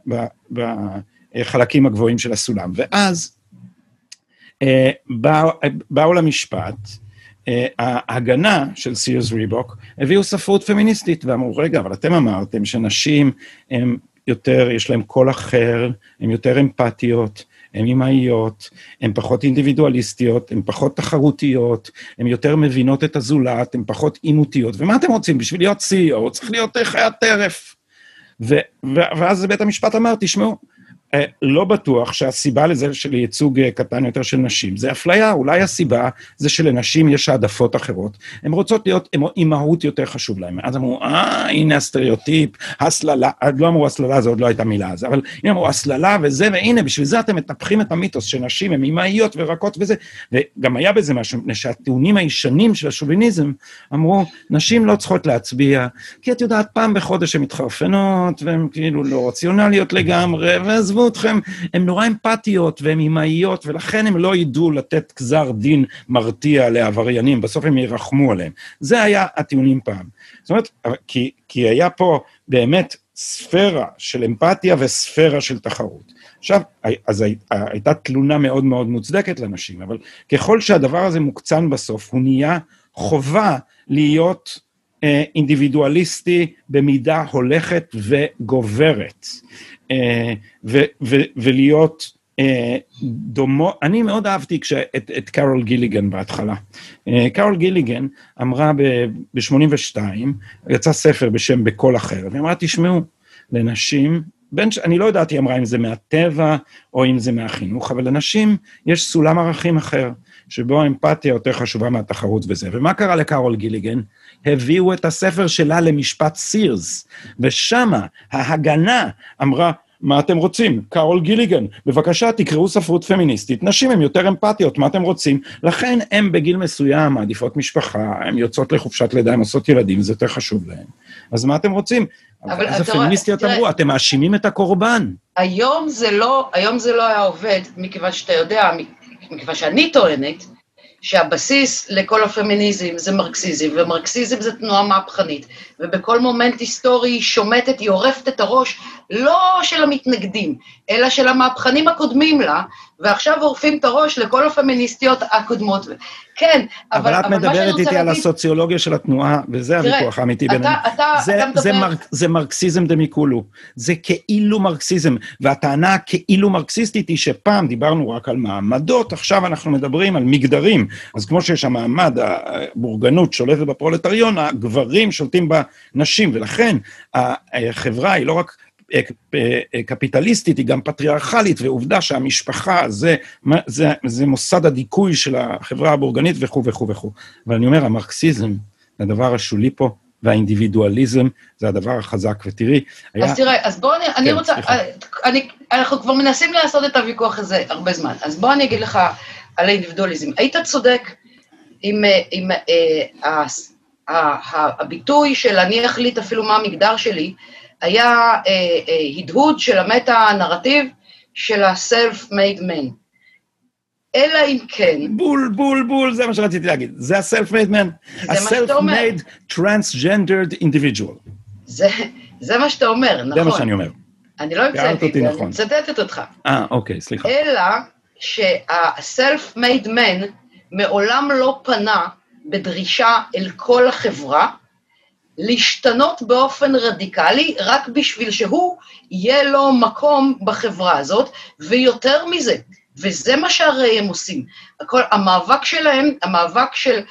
בחלקים הגבוהים של הסולם. ואז באו למשפט, ההגנה של סירס ריבוק, הביאו ספרות פמיניסטית, ואמרו, רגע, אבל אתם אמרתם שנשים הם יותר, יש להם קול אחר, הם יותר אמפתיות, הן אימהיות, הן פחות אינדיבידואליסטיות, הן פחות תחרותיות, הן יותר מבינות את הזולת, הן פחות אימותיות. ומה אתם רוצים? בשביל להיות CEO, צריך להיות חיית טרף. ואז בית המשפט אמר, תשמעו, לא בטוח שהסיבה לזה של ייצוג קטן יותר של נשים, זה אפליה, אולי הסיבה זה שלנשים יש העדפות אחרות, הן רוצות להיות, אימהות יותר חשוב להן, אז אמרו, הנה הסטריאוטיפ, הסללה, לא אמרו הסללה, זה עוד לא הייתה מילה אז, אבל הנה אמרו הסללה וזה, והנה בשביל זה אתם מטפחים את המיתוס שנשים הן אימהיות ורקות וזה, וגם היה בזה משהו, שהטיעונים הישנים של השוביניזם, אמרו, נשים לא צריכות להצביע, כי את יודעת, פעם בחודש הן מתחרפנות, והן כאילו לא רציונליות לגמרי, ועזבו אתכם, הן נורא אמפתיות והן אימהיות, ולכן הם לא ידעו לתת גזר דין מרתיע לעבריינים, בסוף הם ירחמו עליהם. זה היה הטיעונים פעם. זאת אומרת, כי היה פה באמת ספירה של אמפתיה וספירה של תחרות. עכשיו, אז הייתה תלונה מאוד מאוד מוצדקת לנשים, אבל ככל שהדבר הזה מוקצן בסוף, הוא נהיה חובה להיות אינדיבידואליסטי במידה הולכת וגוברת. ולהיות אני מאוד אהבתי את קארול גיליגן בהתחלה. קארול גיליגן אמרה ב-82, יצא ספר בשם בכל אחר, והיא אמרה, תשמעו, לנשים, אני לא יודעת, היא אמרה אם זה מהטבע או אם זה מהחינוך, אבל לנשים יש סולם ערכים אחר, שבו האמפתיה יותר חשובה מהתחרות וזה. ומה קרה לקארול גיליגן? הביאו את הספר שלה למשפט סירס, ושמה ההגנה אמרה, מה אתם רוצים? קארול גיליגן, בבקשה תקראו ספרות פמיניסטית, נשים הן יותר אמפתיות, מה אתם רוצים? לכן הם בגיל מסוים מעדיפות משפחה, הן יוצאות לחופשת לידה, הן עושות ילדים, זה יותר חשוב להם. אז מה אתם רוצים? אז הפמיניסטיות אמרו, אתם מאשימים את הקורבן. היום זה לא היה עובד, מכיוון שאתה יודע, מכיוון שאני טוענת, שהבסיס לכל הפמיניזם זה מרקסיזם, ומרקסיזם זה תנועה מהפכנית, ובכל מומנט היסטורי היא שומטת, היא עורפת את הראש, לא של המתנגדים, אלא של המהפכנים הקודמים לה, ועכשיו עורפים את הראש לכל הפמיניסטיות הקודמות. כן, אבל את מדברת איתי על הסוציולוגיה של התנועה, וזה הוויכוח האמיתי בינינו. זה מרקסיזם דמיקולו, זה כאילו מרקסיזם, והטענה כאילו מרקסיסטית היא שפעם דיברנו רק על מעמדות, עכשיו אנחנו מדברים על מגדרים, אז כמו שיש המעמד, הבורגנות שולטת בפרולטריון, הגברים שולטים בנשים, ולכן החברה היא לא רק קפיטליסטית, היא גם פטריארכלית, ועובדה שהמשפחה זה מוסד הדיכוי של החברה הבורגנית וכו' וכו' וכו'. אבל אני אומר, המרקסיזם, הדבר השולי פה, והאינדיבידואליזם, זה הדבר החזק, ותראי, אז תראה, אז בוא אני רוצה, אנחנו כבר מנסים לעשות את הוויכוח הזה הרבה זמן, אז בוא אני אגיד לך על האינדיבידואליזם. היית צודק עם הביטוי של אני אחליט אפילו מה המגדר שלי, היה הדהוד של המטה-נרטיב של ה-self-made man. אלא אם כן... בול, זה מה שרציתי להגיד. זה ה-self-made man. ה-self-made transgendered individual. זה מה שאתה אומר, נכון. זה מה שאני אומר. אני לא המצאתי, אני מצטטת אותך. אוקיי, סליחה. אלא שה-self-made man מעולם לא פנה בדרישה אל כל החברה, להשתנות באופן רדיקלי, רק בשביל שהוא יהיה לו מקום בחברה הזאת, ויותר מזה, וזה מה שהרי הם עושים. המאבק שלהם, המאבק של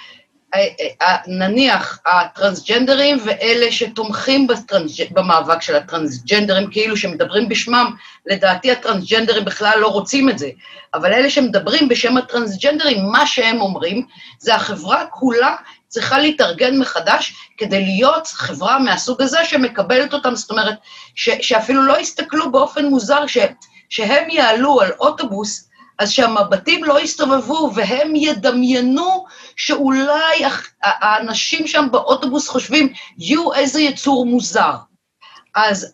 נניח הטרנסג'נדרים, ואלה שתומכים במאבק של הטרנסג'נדרים, כאילו שמדברים בשמם, לדעתי הטרנסג'נדרים בכלל לא רוצים את זה, אבל אלה שמדברים בשם הטרנסג'נדרים, מה שהם אומרים, זה החברה כולה, צריכה להתארגן מחדש, כדי להיות חברה מהסוג הזה שמקבלת אותם, זאת אומרת, שאפילו לא יסתכלו באופן מוזר, שהם יעלו על אוטובוס, אז שהמבטים לא יסתובבו, והם ידמיינו שאולי האנשים שם באוטובוס חושבים, יו איזה יצור מוזר. אז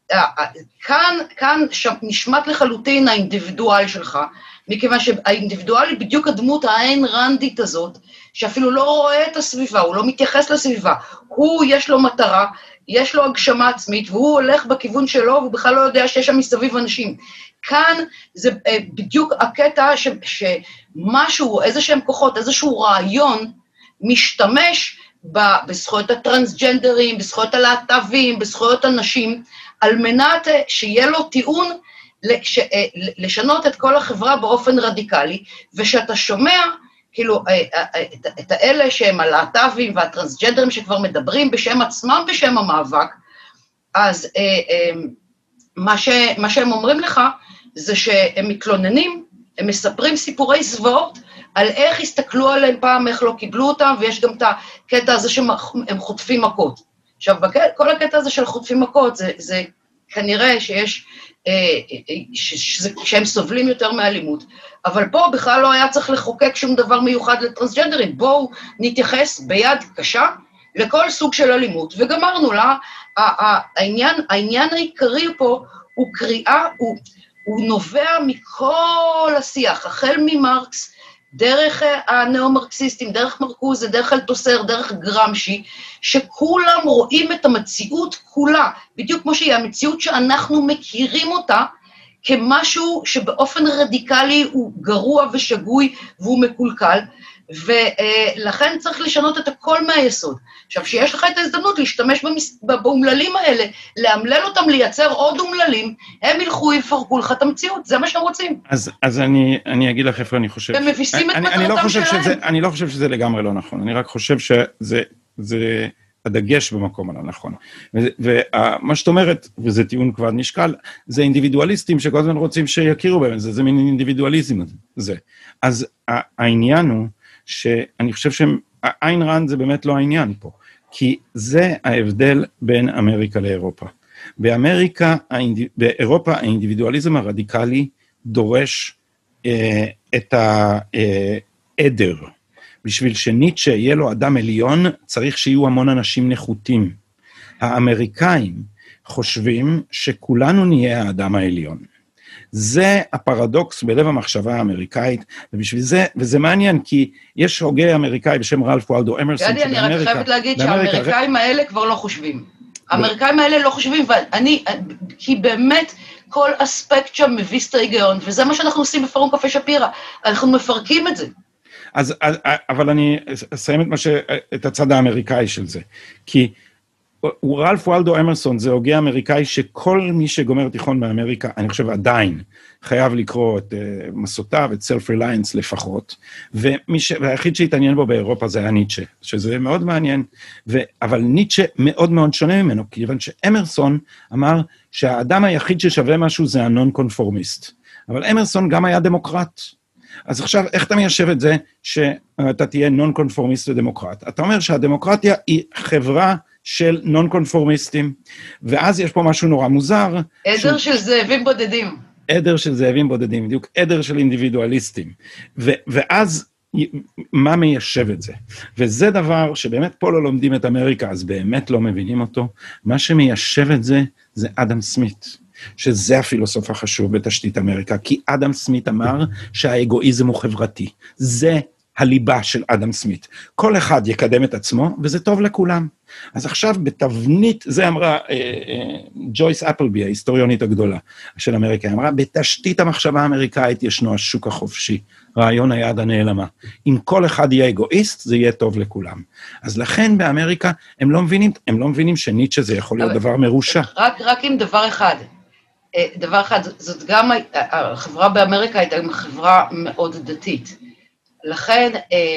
כאן נשמט לחלוטין האינדיבידואל שלך, מכיוון שהאינדיבידואל היא בדיוק הדמות האין רנדית הזאת, שאפילו לא רואה את הסביבה, הוא לא מתייחס לסביבה, הוא יש לו מטרה, יש לו הגשמה עצמית, והוא הולך בכיוון שלו, והוא בכלל לא יודע שיש שם מסביב אנשים. כאן זה בדיוק הקטע שמשהו, איזשהם כוחות, איזשהו רעיון, משתמש בזכויות הטרנסג'נדרים, בזכויות הלהט"בים, בזכויות הנשים, על מנת שיהיה לו טיעון, לשנות את כל החברה באופן רדיקלי, ושאתה שומע, כאילו, את האלה שהם הלהט"בים והטרנסג'נדרים שכבר מדברים בשם עצמם, בשם המאבק, אז מה שהם אומרים לך, זה שהם מתלוננים, הם מספרים סיפורי זוועות, על איך הסתכלו עליהם פעם, איך לא קיבלו אותם, ויש גם את הקטע הזה שהם חוטפים מכות. עכשיו, כל הקטע הזה של חוטפים מכות, זה כנראה שהם סובלים יותר מאלימות, אבל פה בכלל לא היה צריך לחוקק שום דבר מיוחד לטרנסג'נדרים, בואו נתייחס ביד קשה לכל סוג של אלימות, וגמרנו לה, העניין העיקרי פה הוא קריאה, הוא נובע מכל השיח, החל ממרקס, דרך הנאו-מרקסיסטים, דרך מרקוזה, דרך אלתוסר, דרך גרמשי, שכולם רואים את המציאות כולה, בדיוק כמו שהיא המציאות שאנחנו מכירים אותה, כמשהו שבאופן רדיקלי הוא גרוע ושגוי והוא מקולקל, ולכן צריך לשנות את הכל מהיסוד. עכשיו, שיש לך את ההזדמנות להשתמש באומללים האלה, לאמלל אותם, לייצר עוד אומללים, הם ילכו, יפרקו לך את המציאות, זה מה שהם רוצים. אז אני אגיד לך איפה אני חושב. הם מביסים את מטרתם שלהם. אני לא חושב שזה לגמרי לא נכון, אני רק חושב שזה הדגש במקום הלא נכון. ומה שאת אומרת, וזה טיעון כבר נשקל, זה אינדיבידואליסטים שכל הזמן רוצים שיכירו בהם, זה מין אינדיבידואליזם זה. אז העניין הוא, שאני חושב שהאין רן זה באמת לא העניין פה, כי זה ההבדל בין אמריקה לאירופה. באירופה האינדיבידואליזם הרדיקלי דורש את העדר. בשביל שניטשה יהיה לו אדם עליון, צריך שיהיו המון אנשים נחותים. האמריקאים חושבים שכולנו נהיה האדם העליון. זה הפרדוקס בלב המחשבה האמריקאית, ובשביל זה, וזה מעניין, כי יש הוגה אמריקאי בשם רלף וולדו אמרסון, אני רק חייבת להגיד שהאמריקאים האלה כבר לא חושבים. האמריקאים האלה לא חושבים, כי באמת כל אספקט שם מביס את ההיגיון, וזה מה שאנחנו עושים בפורום קפה שפירא, אנחנו מפרקים את זה. אבל אני אסיים את הצד האמריקאי של זה, כי רלף וולדו אמרסון זה הוגה אמריקאי שכל מי שגומר תיכון באמריקה, אני חושב עדיין, חייב לקרוא את מסותיו, את self-reliance לפחות, והיחיד שהתעניין בו באירופה זה היה ניטשה, שזה מאוד מעניין, אבל ניטשה מאוד מאוד שונה ממנו, כיוון שאמרסון אמר שהאדם היחיד ששווה משהו זה הנון-קונפורמיסט, אבל אמרסון גם היה דמוקרט, אז עכשיו, איך אתה מיישב את זה שאתה תהיה נון-קונפורמיסט ודמוקרט? אתה אומר שהדמוקרטיה היא חברה של נון-קונפורמיסטים, ואז יש פה משהו נורא מוזר. עדר של זאבים בודדים. עדר של זאבים בודדים, בדיוק, עדר של אינדיבידואליסטים. ואז מה מיישב את זה? וזה דבר שבאמת פה לא לומדים את אמריקה, אז באמת לא מבינים אותו. מה שמיישב את זה, זה אדם סמית. שזה הפילוסוף החשוב בתשתית אמריקה, כי אדם סמית אמר שהאגואיזם הוא חברתי. זה הליבה של אדם סמית. כל אחד יקדם את עצמו, וזה טוב לכולם. אז עכשיו בתבנית, זה אמרה ג'ויס אפלבי, ההיסטוריונית הגדולה של אמריקה, אמרה, בתשתית המחשבה האמריקאית ישנו השוק החופשי, רעיון היד הנעלמה. אם כל אחד יהיה אגואיסט, זה יהיה טוב לכולם. אז לכן באמריקה הם לא מבינים שניטשה זה יכול להיות דבר מרושע. רק עם דבר אחד, זאת גם, החברה באמריקה הייתה גם חברה מאוד דתית. לכן,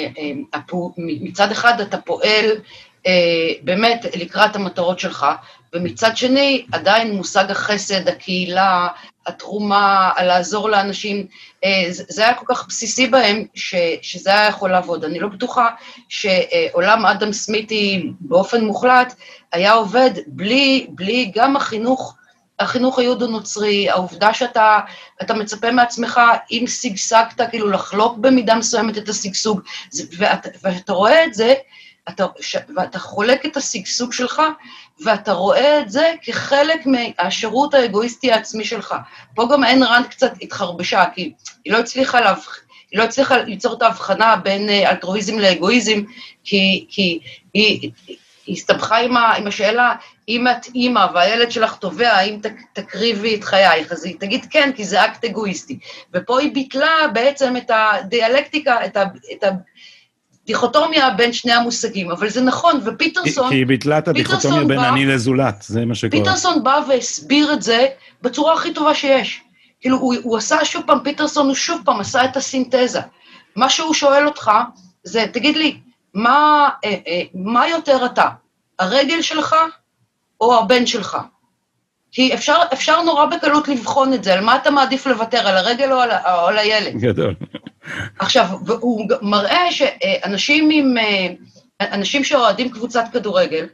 מצד אחד אתה פועל באמת לקראת המטרות שלך, ומצד שני עדיין מושג החסד, הקהילה, התרומה, לעזור לאנשים, זה היה כל כך בסיסי בהם שזה היה יכול לעבוד. אני לא בטוחה שעולם אדם סמיתי באופן מוחלט היה עובד בלי גם החינוך היהודו-נוצרי, העובדה שאתה מצפה מעצמך, אם סגסגת, כאילו לחלוק במידה מסוימת את הסגסוג, ואתה רואה את זה, ואתה חולק את הסגסוג שלך, ואתה רואה את זה כחלק מהשירות האגואיסטי העצמי שלך. פה גם אין רנד קצת התחרבשה, כי היא לא הצליחה ליצור את ההבחנה בין אלטרואיזם לאגואיזם, כי היא הסתבכה עם השאלה, אם את אימא והילד שלך טובע, האם תקריבי את חייך, אז היא תגיד כן, כי זה אקט אגואיסטי. ופה היא ביטלה בעצם את הדיאלקטיקה, את הדיכוטומיה בין שני המושגים, אבל זה נכון, ופיטרסון... כי היא ביטלה את הדיכוטומיה בין אני לזולת, זה מה שקורה. פיטרסון בא והסביר את זה בצורה הכי טובה שיש. כאילו, הוא עשה שוב פעם, פיטרסון הוא שוב פעם עשה את הסינתזה. מה שהוא שואל אותך, זה, תגיד לי, מה יותר אתה? הרגל שלך או הבן שלך? כי אפשר נורא בקלות לבחון את זה, על מה אתה מעדיף לוותר, על הרגל או על הילד? גדול. עכשיו, הוא מראה אנשים שאוהדים קבוצת כדורגל,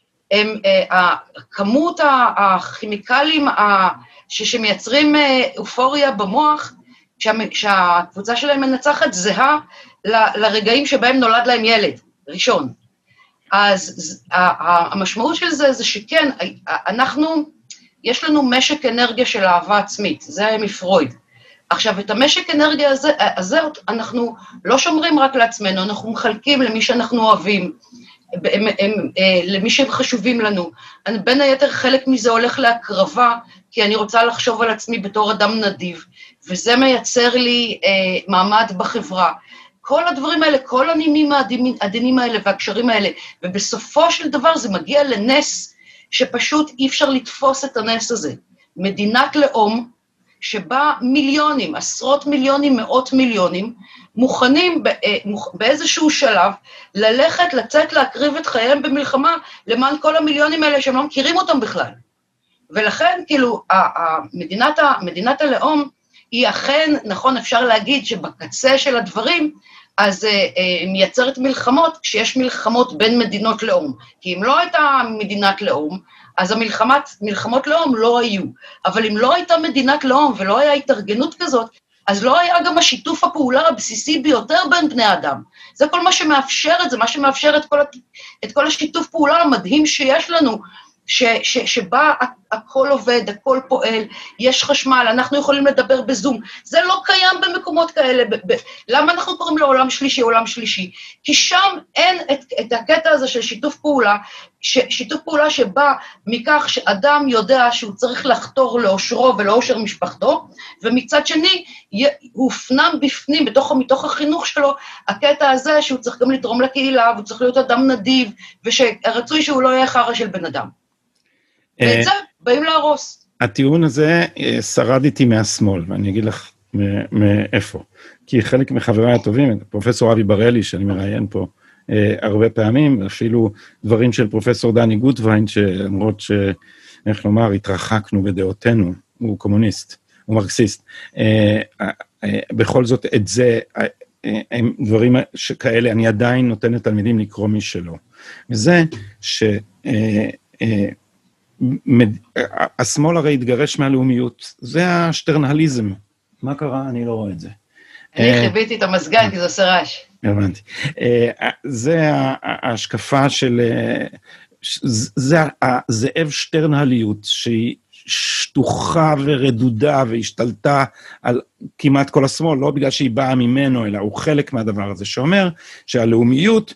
כמות הכימיקלים שמייצרים אופוריה במוח, כשהקבוצה שלהם מנצחת, זהה לרגעים שבהם נולד להם ילד, ראשון. אז המשמעות של זה שכן, יש לנו משק אנרגיה של אהבה עצמית, זה מפרויד. עכשיו, את המשק אנרגיה הזה אנחנו לא שומרים רק לעצמנו, אנחנו מחלקים למי שאנחנו אוהבים, למי שהם חשובים לנו. בין היתר חלק מזה הולך להקרבה, כי אני רוצה לחשוב על עצמי בתור אדם נדיב, וזה מייצר לי מעמד בחברה. כל הדברים האלה, כל הנימים העדינים האלה והקשרים האלה, ובסופו של דבר זה מגיע לנס שפשוט אי אפשר לתפוס את הנס הזה. מדינת לאום, שבה מיליונים, עשרות מיליונים, מאות מיליונים, מוכנים באיזשהו שלב ללכת, לצאת, להקריב את חייהם במלחמה, למען כל המיליונים האלה שהם לא מכירים אותם בכלל. ולכן, כאילו, מדינת הלאום, היא אכן, נכון, אפשר להגיד שבקצה של הדברים, אז מייצרת מלחמות, כשיש מלחמות בין מדינות לאום. כי אם לא הייתה מדינת לאום, אז מלחמות לאום לא היו. אבל אם לא הייתה מדינת לאום ולא היה התארגנות כזאת, אז לא היה גם השיתוף הפעולה הבסיסי ביותר בין בני אדם. זה כל מה שמאפשר את זה, מה שמאפשר את כל השיתוף פעולה המדהים שיש לנו, שבה הכל עובד, הכל פועל, יש חשמל, אנחנו יכולים לדבר בזום, זה לא קיים במקומות כאלה, למה אנחנו קוראים לו עולם שלישי, עולם שלישי? כי שם אין את הקטע הזה של שיתוף פעולה, שיתוף פעולה שבא מכך שאדם יודע שהוא צריך לחתור לאושרו ולאושר משפחתו, ומצד שני הוא פנם בפנים, מתוך החינוך שלו, הקטע הזה שהוא צריך גם לתרום לקהילה, והוא צריך להיות אדם נדיב, ושרצוי שהוא לא יהיה חרא של בן אדם. ואת זה באים להרוס. הטיעון הזה שרד איתי מהשמאל, ואני אגיד לך מאיפה. כי חלק מחבריי הטובים, פרופסור אבי בראלי, שאני מראיין פה הרבה פעמים, אפילו דברים של פרופסור דני גוטווין, שלמרות איך לומר, התרחקנו בדעותינו, הוא קומוניסט, הוא מרקסיסט. בכל זאת, את זה, הם דברים שכאלה, אני עדיין נותן לתלמידים לקרוא מי שלא. וזה השמאל הרי התגרש מהלאומיות, זה השטרנהליזם. מה קרה? אני לא רואה את זה. אני חיביתי את המסגן, כי זה עושה רעש. הבנתי. זה ההשקפה של, זה הזאב שטרנהליות, שהיא שטוחה ורדודה, והשתלטה על כמעט כל השמאל, לא בגלל שהיא באה ממנו, אלא הוא חלק מהדבר הזה, שאומר שהלאומיות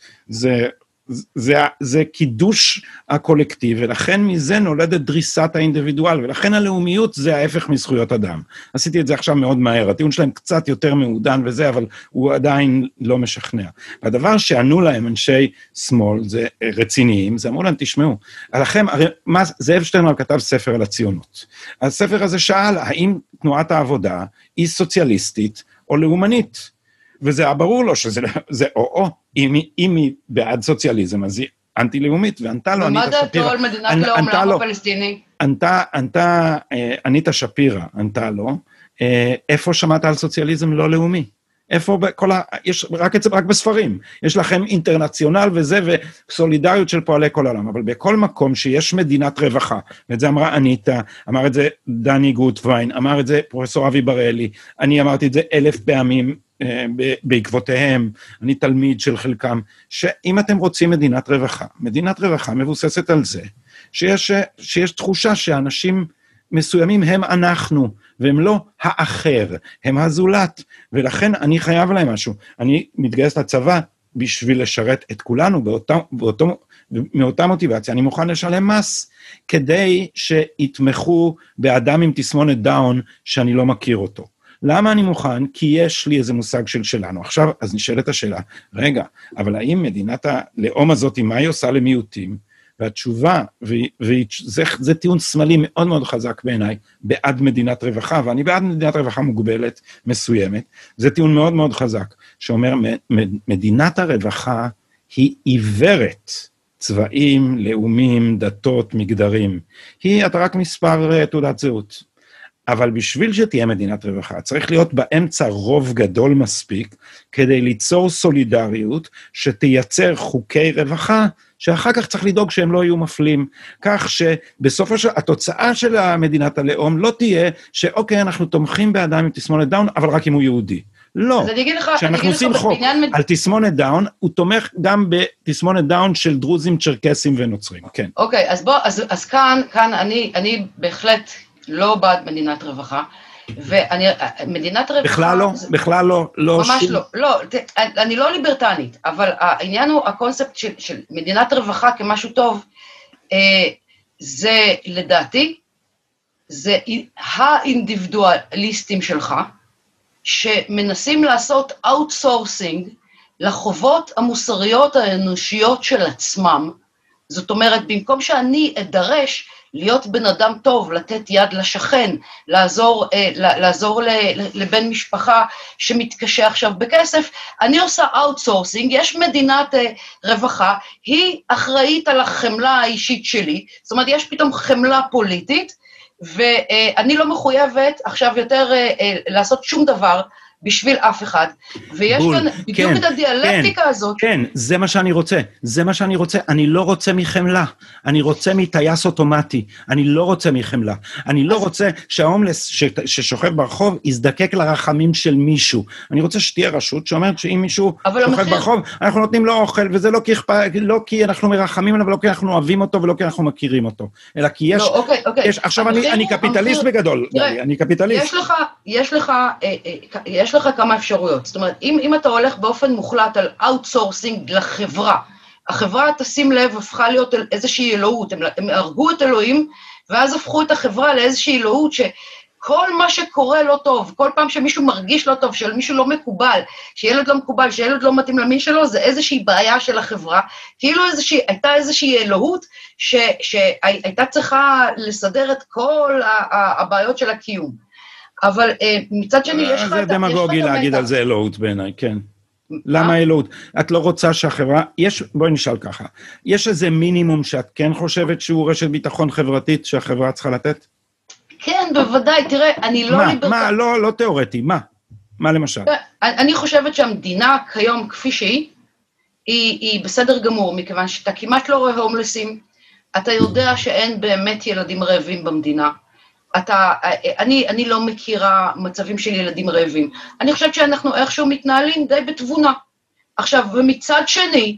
זה קידוש הקולקטיב, ולכן מזה נולדת דריסת האינדיבידואל, ולכן הלאומיות זה ההפך מזכויות אדם. עשיתי את זה עכשיו מאוד מהר, הטיעון שלהם קצת יותר מעודן וזה, אבל הוא עדיין לא משכנע. והדבר שענו להם אנשי שמאל, זה רציניים, זה אמרו להם, תשמעו, עליכם, הרי זאב שטרנהל כתב ספר על הציונות. הספר הזה שאל, האם תנועת העבודה היא סוציאליסטית או לאומנית? וזה היה ברור לו שזה או, אם היא בעד סוציאליזם, אז היא אנטי-לאומית, וענתה לו, ומה דעתו על מדינת לאום לעם הפלסטיני? אניטה שפירא, ענתה לו, איפה שמעת על סוציאליזם לא לאומי? איפה יש רק בספרים, יש לכם אינטרנציונל וזה, וסולידריות של פועלי כל העולם, אבל בכל מקום שיש מדינת רווחה, ואת זה אמרה אניטה, אמר את זה דני גוטווין, אמר את זה פרופסור אבי בראלי, אני אמרתי את זה 1000 פעמים, בעקבותיהם, אני תלמיד של חלקם, שאם אתם רוצים מדינת רווחה מבוססת על זה, שיש תחושה שאנשים מסוימים הם אנחנו, והם לא האחר, הם הזולת, ולכן אני חייב להם משהו. אני מתגייס לצבא בשביל לשרת את כולנו מאותה מוטיבציה, אני מוכן לשלם מס, כדי שיתמכו באדם עם תסמונת דאון שאני לא מכיר אותו. למה אני מוכן? כי יש לי איזה מושג שלנו. עכשיו, אז נשאלת השאלה, רגע, אבל האם מדינת הלאום הזאת, מה היא עושה למיעוטים? והתשובה, זה טיעון שמאלי מאוד מאוד חזק בעיניי, בעד מדינת רווחה, ואני בעד מדינת רווחה מוגבלת, מסוימת, זה טיעון מאוד מאוד חזק, שאומר, מדינת הרווחה היא עיוורת, צבעים, לאומים, דתות, מגדרים, אתה רק מספר תעודת זהות. אבל בשביל שתהיה מדינת רווחה, צריך להיות באמצע רוב גדול מספיק, כדי ליצור סולידריות, שתייצר חוקי רווחה, שאחר כך צריך לדאוג שהם לא יהיו מפלים, כך שבסופו של התוצאה של מדינת הלאום לא תהיה, שאוקיי, אנחנו תומכים באדם עם תסמונת דאון, אבל רק אם הוא יהודי. לא, כשאנחנו עושים חוק על תסמונת דאון, הוא תומך גם בתסמונת דאון של דרוזים, צ'רקסים ונוצרים, כן. אוקיי, אז כאן אני בהחלט לא בעד מדינת רווחה, ומדינת רווחה... בכלל לא. ממש לא, אני לא ליברטנית, אבל העניין הוא, הקונספט של מדינת רווחה כמשהו טוב, זה לדעתי, זה האינדיבידואליסטים שלך, שמנסים לעשות אאוטסורסינג לחובות המוסריות האנושיות של עצמם. זאת אומרת, במקום שאני אדרש להיות בן אדם טוב, לתת יד לשכן, לעזור לבן משפחה שמתקשה עכשיו בכסף, אני עושה אאוטסורסינג, יש מדינת רווחה, היא אחראית על החמלה האישית שלי, זאת אומרת, יש פתאום חמלה פוליטית, ואני לא מחויבת עכשיו יותר לעשות שום דבר, בשביל אף אחד, ויש כאן בדיוק את הדיאלקטיקה הזאת. כן, זה מה שאני רוצה, אני לא רוצה מחמלה, אני רוצה מטייס אוטומטי, אני לא רוצה מחמלה, אני לא רוצה שההומלס ששוכב ברחוב יזדקק לרחמים של מישהו, אני רוצה שתהיה רשות שאומרת שאם מישהו שוכב ברחוב, אנחנו נותנים לו אוכל, וזה לא כי אנחנו מרחמים עליו, ולא כי אנחנו אוהבים אותו, ולא כי אנחנו מכירים אותו, אלא כי יש, עכשיו אני קפיטליסט בגדול, אני קפיטליסט. יש לך כמה אפשרויות, זאת אומרת, אם אתה הולך באופן מוחלט על אאוטסורסינג לחברה, החברה, תשים לב, הפכה להיות איזושהי אלוהות, הם הרגו את אלוהים, ואז הפכו את החברה לאיזושהי אלוהות, שכל מה שקורה לא טוב, כל פעם שמישהו מרגיש לא טוב, שמישהו לא מקובל, שילד לא מקובל, שילד לא מתאים למין שלו, זה איזושהי בעיה של החברה, כאילו הייתה איזושהי אלוהות, שהייתה צריכה לסדר את כל הבעיות של הקיום. אבל מצד שני יש לך... זה דמגוגי להגיד על זה אלוהות בעיניי, כן. למה אלוהות? את לא רוצה שהחברה... בואי נשאל ככה. יש איזה מינימום שאת כן חושבת שהוא רשת ביטחון חברתית שהחברה צריכה לתת? כן, בוודאי. תראה, אני לא... מה? לא תיאורטי. מה למשל? אני חושבת שהמדינה כיום כפי שהיא, היא בסדר גמור, מכיוון שאתה כמעט לא רואה הומלסים, אתה יודע שאין באמת ילדים רעבים במדינה, אני לא מכירה מצבים של ילדים רעבים. אני חושבת שאנחנו איכשהו מתנהלים די בתבונה. עכשיו, ומצד שני,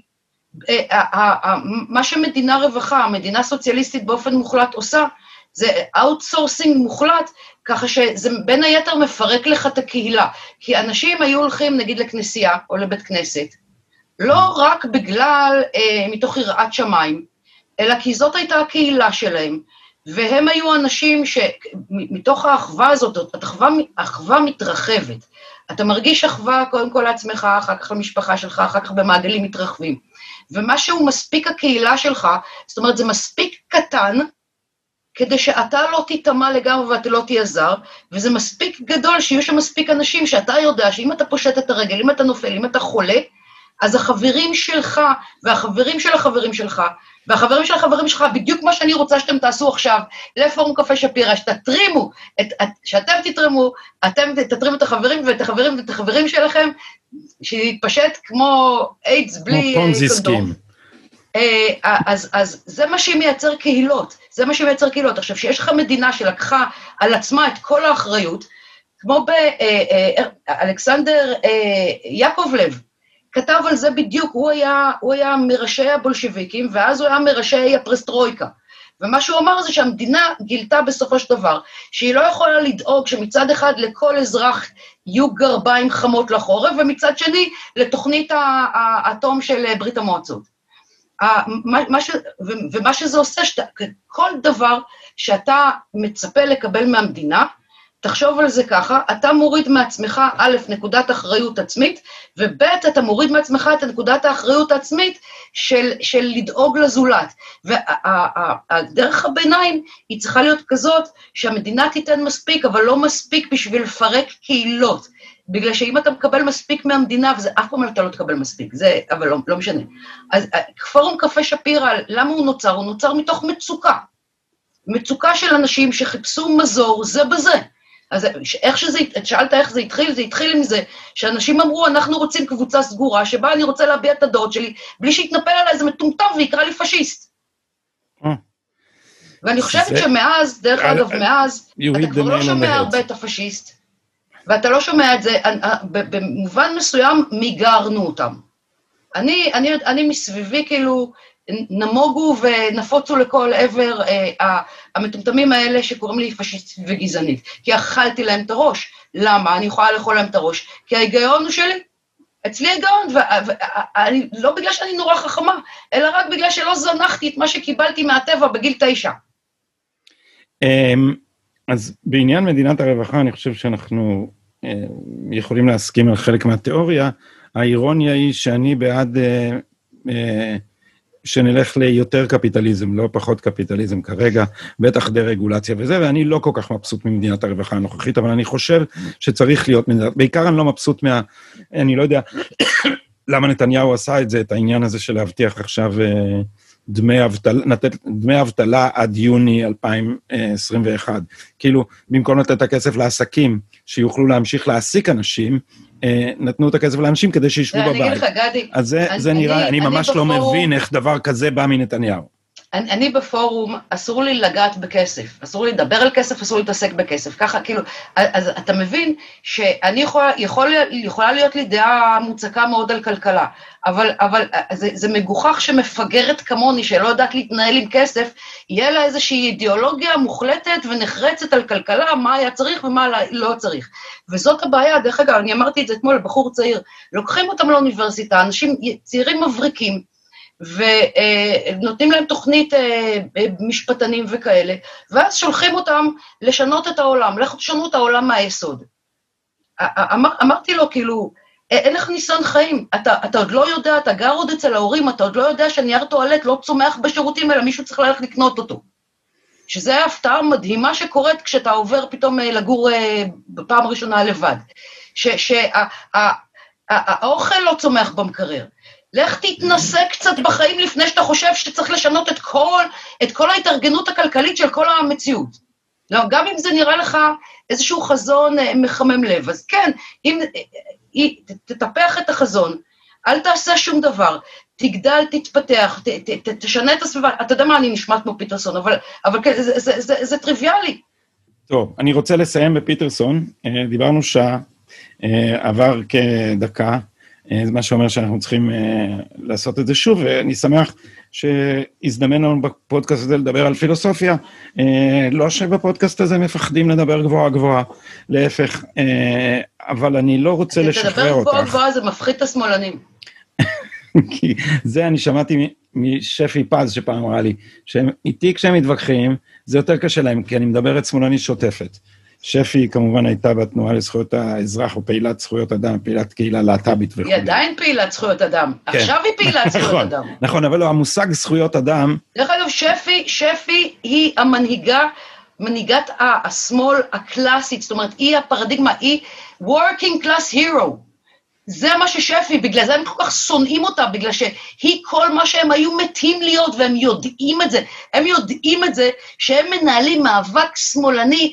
מה שמדינה רווחה, מדינה סוציאליסטית באופן מוחלט עושה, זה אאוטסורסינג מוחלט, ככה שזה בין היתר מפרק לך את הקהילה. כי אנשים היו הולכים נגיד לכנסייה או לבית כנסת, לא רק בגלל מתוך יראת שמיים, אלא כי זאת הייתה הקהילה שלהם, והם היו אנשים שמתוך האחווה הזאת, האחווה מתרחבת. אתה מרגיש אחווה קודם כל לעצמך, אחר כך למשפחה שלך, אחר כך במעגלים מתרחבים. ומה שהוא מספיק הקהילה שלך, זאת אומרת, זה מספיק קטן, כדי שאתה לא תיטמע לגמרי ואתה לא תהיה זר, וזה מספיק גדול שיהיו שם מספיק אנשים שאתה יודע שאם אתה פושט את הרגל, אם אתה נופל, אם אתה חולה, אז החברים שלך והחברים של החברים שלך, והחברים של החברים שלך, בדיוק מה שאני רוצה שאתם תעשו עכשיו, לפורום קפה שפירא, שתתרימו, שאתם תתרמו, אתם תתרימו את החברים ואת החברים ואת החברים שלכם, שיתפשט כמו איידס בלי קונדום. אז זה מה שמייצר קהילות, עכשיו, שיש לך מדינה שלקחה על עצמה את כל האחריות, כמו באלכסנדר יעקובלב, כתב על זה בדיוק, הוא היה מראשי הבולשביקים, ואז הוא היה מראשי הפרסטרויקה. ומה שהוא אמר זה שהמדינה גילתה בסופו של דבר, שהיא לא יכולה לדאוג שמצד אחד לכל אזרח יהיו גרביים חמות לחורף, ומצד שני לתוכנית האטום של ברית המועצות. ומה שזה עושה, כל דבר שאתה מצפה לקבל מהמדינה, תחשוב על זה ככה, אתה מוריד מעצמך, א', נקודת אחריות עצמית, וב', אתה מוריד מעצמך את נקודת האחריות העצמית של לדאוג לזולת. והדרך הביניים היא צריכה להיות כזאת, שהמדינה תיתן מספיק, אבל לא מספיק בשביל לפרק קהילות. בגלל שאם אתה מקבל מספיק מהמדינה, וזה אף פעם אתה לא תקבל מספיק, זה, אבל לא משנה. אז פורום קפה שפירא, למה הוא נוצר? הוא נוצר מתוך מצוקה. מצוקה של אנשים שחיפשו מזור זה בזה. אז שאלת איך זה התחיל עם זה, שאנשים אמרו, אנחנו רוצים קבוצה סגורה, שבה אני רוצה להביע את הדעות שלי, בלי שיתנפל עליי איזה מטומטם ויקרא לי פשיסט. ואני חושבת שמאז, דרך אגב, מאז, אתה כבר לא שומע הרבה את הפשיסט, ואתה לא שומע את זה, במובן מסוים מיגרנו אותם. אני מסביבי כאילו, נמוגו ונפוצו לכל עבר המטומטמים האלה שקוראים לי פשיסטית וגזענית, כי אכלתי להם את הראש. למה? אני יכולה לאכול להם את הראש, כי ההיגיון הוא שלי. אצלי ההיגיון, לא בגלל שאני נורא חכמה, אלא רק בגלל שלא זנחתי את מה שקיבלתי מהטבע בגיל 9. אז בעניין מדינת הרווחה, אני חושב שאנחנו יכולים להסכים על חלק מהתיאוריה, האירוניה היא שאני בעד שנלך ליותר קפיטליזם, לא פחות קפיטליזם כרגע, בטח דה-רגולציה וזה, ואני לא כל כך מבסוט ממדינת הרווחה הנוכחית, אבל אני חושב שצריך להיות, בעיקר אני לא מבסוט אני לא יודע למה נתניהו עשה את זה, את העניין הזה של להבטיח עכשיו דמי אבטלה עד יוני 2021. כאילו, במקום לתת את הכסף לעסקים, שיוכלו להמשיך להעסיק אנשים, נתנו את הכסף לאנשים כדי שישבו בבית. אני אגיד לך, גדי. אז זה נראה, אני ממש לא מבין איך דבר כזה בא מנתניהו. אני בפורום, אסור לי לגעת בכסף, אסור לי לדבר על כסף, אסור לי להתעסק בכסף, ככה כאילו, אז אתה מבין שאני יכולה להיות לי דעה מוצקה מאוד על כלכלה, אבל זה מגוחך שמפגרת כמוני, שלא יודעת להתנהל עם כסף, יהיה לה איזושהי אידיאולוגיה מוחלטת ונחרצת על כלכלה, מה היה צריך ומה לא צריך. וזאת הבעיה, דרך אגב, אני אמרתי את זה אתמול, בחור צעיר, לוקחים אותם לאוניברסיטה, אנשים צעירים מבריקים, ונותנים להם תוכנית משפטנים וכאלה, ואז שולחים אותם לשנות את העולם, לכו תשנו את העולם מהיסוד. אמרתי לו, כאילו, אין לך ניסיון חיים, אתה עוד לא יודע, אתה גר עוד אצל ההורים, אתה עוד לא יודע שנייר טואלט לא צומח בשירותים, אלא מישהו צריך ללכת לקנות אותו. שזה ההפתעה מדהימה שקורית כשאתה עובר פתאום לגור בפעם ראשונה לבד. שהאוכל לא צומח במקרר. לך תתנסה קצת בחיים לפני שאתה חושב שצריך לשנות את כל ההתארגנות הכלכלית של כל המציאות. לא, גם אם זה נראה לך איזשהו חזון מחמם לב, אז כן, אם תטפח את החזון, אל תעשה שום דבר, תגדל, תתפתח, תשנה את הסביבה, אתה יודע מה, אני נשמעת כמו פיטרסון, אבל זה טריוויאלי. טוב, אני רוצה לסיים בפיטרסון, דיברנו שעה, עבר כדקה, זה מה שאומר שאנחנו צריכים לעשות את זה שוב, ואני שמח שהזדמן לנו בפודקאסט הזה לדבר על פילוסופיה, לא שבפודקאסט הזה מפחדים לדבר גבוהה גבוהה, להפך, אבל אני לא רוצה לשחרר אותך. לדבר גבוהה גבוהה זה מפחיד את השמאלנים. כי זה אני שמעתי משפי פז שפעם אמרה לי, שאיתי כשהם מתווכחים, זה יותר קשה להם, כי אני מדברת שמאלנית שוטפת. שפי כמובן הייתה בתנועה לזכויות האזרח, או פעילת זכויות אדם, פעילת קהילה להט"בית וכו'. היא עדיין פעילת זכויות אדם. עכשיו היא פעילת זכויות אדם. נכון, אבל לא, המושג זכויות אדם... דרך אגב, שפי היא מנהיגת השמאל הקלאסית, זאת אומרת, היא הפרדיגמה, היא working class hero. זה מה ששפי, בגלל זה הם כל כך שונאים אותה, בגלל שהיא כל מה שהם היו מתים להיות, והם יודעים את זה. הם יודעים את זה שהם מנהלים מאבק שמאלני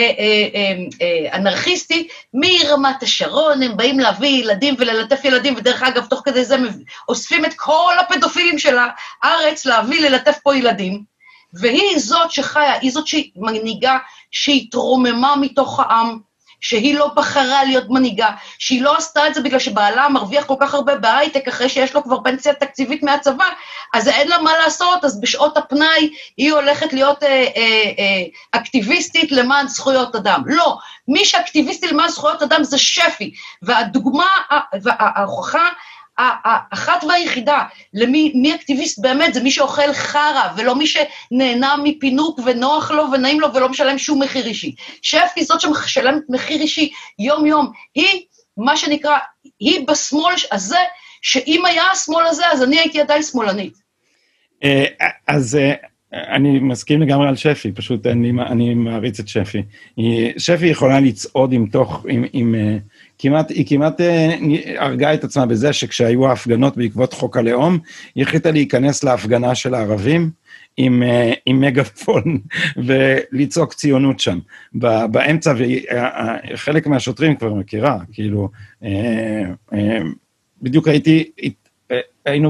אנרכיסטי מרמת השרון, הם באים להביא ילדים וללטף ילדים, ודרך אגב, תוך כדי זה אוספים את כל הפדופילים של הארץ להביא ללטף פה ילדים, והיא זאת שחיה, היא זאת שמנהיגה, שהתרוממה מתוך העם, שהיא לא בחרה להיות מנהיגה, שהיא לא עשתה את זה בגלל שבעלה מרוויח כל כך הרבה בהייטק, אחרי שיש לו כבר פנסיה תקציבית מהצבא, אז אין לה מה לעשות, אז בשעות הפנאי היא הולכת להיות אקטיביסטית למען זכויות אדם. לא, מי שאקטיביסטי למען זכויות אדם זה שפי, והדוגמה, וההוכחה, האחת והיחידה, מי אקטיביסט באמת, זה מי שאוכל חרה, ולא מי שנהנה מפינוק ונוח לו ונעים לו, ולא משלם שום מחיר אישי. שפי זאת שמשלמת מחיר אישי יום-יום, היא, מה שנקרא, היא בשמאל הזה, שאם היה השמאל הזה, אז אני הייתי עדיין שמאלנית. אז אני מסכים לגמרי על שפי, פשוט אני מעריץ את שפי. שפי יכולה לצעוד היא כמעט הרגה את עצמה בזה שכשהיו ההפגנות בעקבות חוק הלאום, היא החליטה להיכנס להפגנה של הערבים עם מגפון ולצעוק ציונות שם. באמצע, וחלק מהשוטרים כבר מכירה, כאילו, בדיוק היינו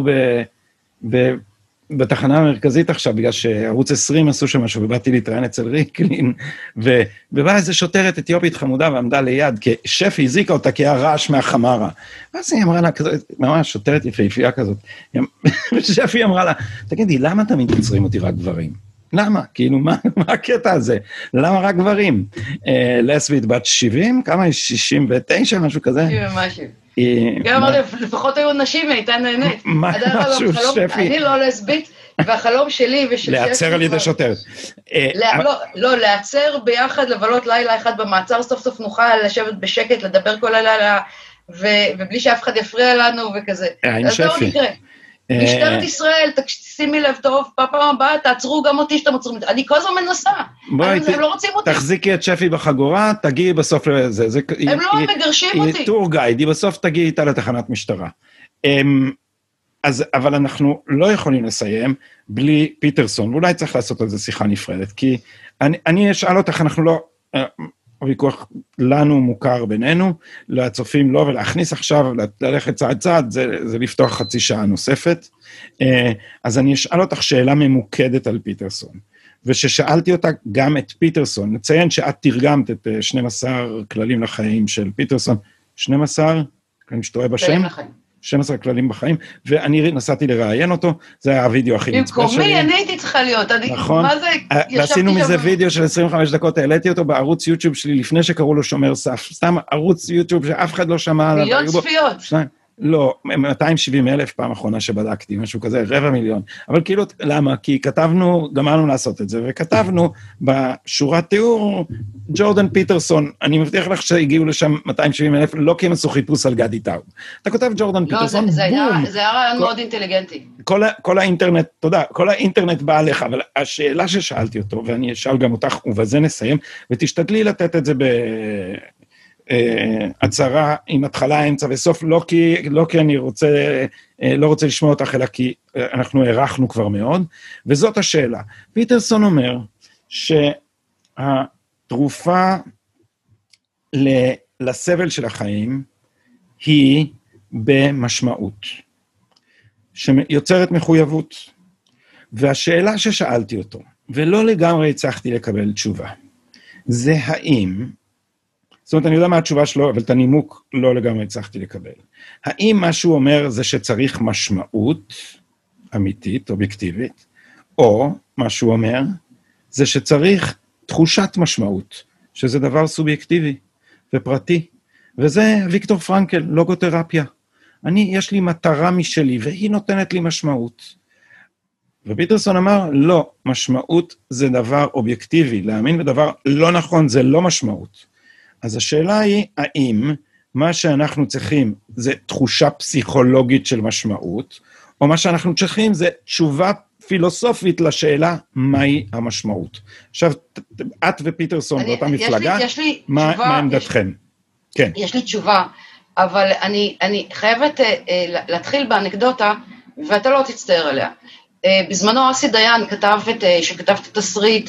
בתחנה המרכזית עכשיו, בגלל שערוץ 20 עשו שם משהו, ובאתי להתראיין אצל ריקלין, ובאה איזו שוטרת אתיופית חמודה, ועמדה ליד, כי שפי הזיקה אותה, כי היה רעש מהחמרה. ואז היא אמרה לה, ממש שוטרת יפהפייה כזאת, ושפי אמרה לה, תגידי, למה תמיד יוצרים אותי רק גברים? למה? כאילו, מה הקטע הזה? למה רק גברים? לסבית בת 70, כמה היא? 69, משהו כזה? 70 משהו. גם לפחות היו נשים, הייתה נהנית. משהו שפי. אני לא לסבית, והחלום שלי ושל שפי... להיעצר על ידי שוטר. לא, להיעצר ביחד, לבלות לילה אחד במעצר, סוף סוף נוכל לשבת בשקט, לדבר כל הלילה ובלי שאף אחד יפריע לנו וכזה. אז לא נקרא. משטרת ישראל, שימי לב טוב, בפעם הבאה תעצרו גם אותי שאתם עוצרים. אני כל הזמן מנסה. הם לא רוצים אותי. תחזיקי את שפי בחגורה, תגיעי בסוף לזה. הם לא מגרשים אותי. היא טור גייד, היא בסוף תגיעי איתה לתחנת משטרה. אבל אנחנו לא יכולים לסיים בלי פיטרסון, ואולי צריך לעשות על זה שיחה נפרדת, כי אני אשאל אותך, אנחנו לא, הוויכוח לנו מוכר בינינו, לצופים לא, ולהכניס עכשיו, ללכת צעד צעד, זה לפתוח חצי שעה נוספת, אז אני אשאל אותך שאלה ממוקדת על פיטרסון, וששאלתי אותה גם את פיטרסון, נציין שאת תרגמת את 12 כללים לחיים של פיטרסון, 12, אני שטועה בשם? 12 כללים בחיים, ואני נסעתי לראיין אותו, זה היה הווידאו הכי נצפה שלי. במקומי, אני הייתי צריכה להיות, נכון, מה זה, ועשינו מזה וידאו של 25 דקות, העליתי אותו בערוץ יוטיוב שלי, לפני שקראו לו שומר סף, סתם ערוץ יוטיוב שאף אחד לא שמע עליו. מיליון צפיות. לא, 270,000 פעם אחרונה שבדקתי, משהו כזה, 250,000, אבל כאילו, למה? כי כתבנו, גמרנו לעשות את זה, וכתבנו בשורת תיאור, ג'ורדן פיטרסון, אני מבטיח לך שהגיעו לשם 270,000, לא כי הם עשו חיפוש על גדי טאוב. אתה כותב ג'ורדן פיטרסון, זה היה רעיון מאוד אינטליגנטי. כל האינטרנט, תודה, כל האינטרנט בא עליך, אבל השאלה ששאלתי אותו, ואני אשאל גם אותך, ובזה נסיים, ותשתדלי לתת את זה הצהרה עם התחלה, אמצע וסוף, לא כי אני לא רוצה לשמוע אותך, אלא כי אנחנו הערכנו כבר מאוד, וזאת השאלה. פיטרסון אומר שהתרופה לסבל של החיים היא במשמעות, שיוצרת מחויבות, והשאלה ששאלתי אותו, ולא לגמרי הצלחתי לקבל תשובה, זה האם, זאת אומרת, אני יודע מה התשובה שלו, אבל את הנימוק לא לגמרי הצלחתי לקבל. האם מה שהוא אומר זה שצריך משמעות אמיתית, אובייקטיבית, או מה שהוא אומר, זה שצריך תחושת משמעות, שזה דבר סובייקטיבי ופרטי, וזה ויקטור פרנקל, לוגותרפיה. יש לי מטרה משלי, והיא נותנת לי משמעות. ופיטרסון אמר, לא, משמעות זה דבר אובייקטיבי, להאמין בדבר לא נכון, זה לא משמעות. אז השאלה היא, האם מה שאנחנו צריכים זה תחושה פסיכולוגית של משמעות, או מה שאנחנו צריכים זה תשובה פילוסופית לשאלה, מהי המשמעות. עכשיו, את ופיטרסון באותה מפלגה, מה עמדתכם? כן. יש לי תשובה, אבל אני חייבת להתחיל באנקדוטה, ואתה לא תצטער עליה. בזמנו אסי דיין שכתב את התסריט,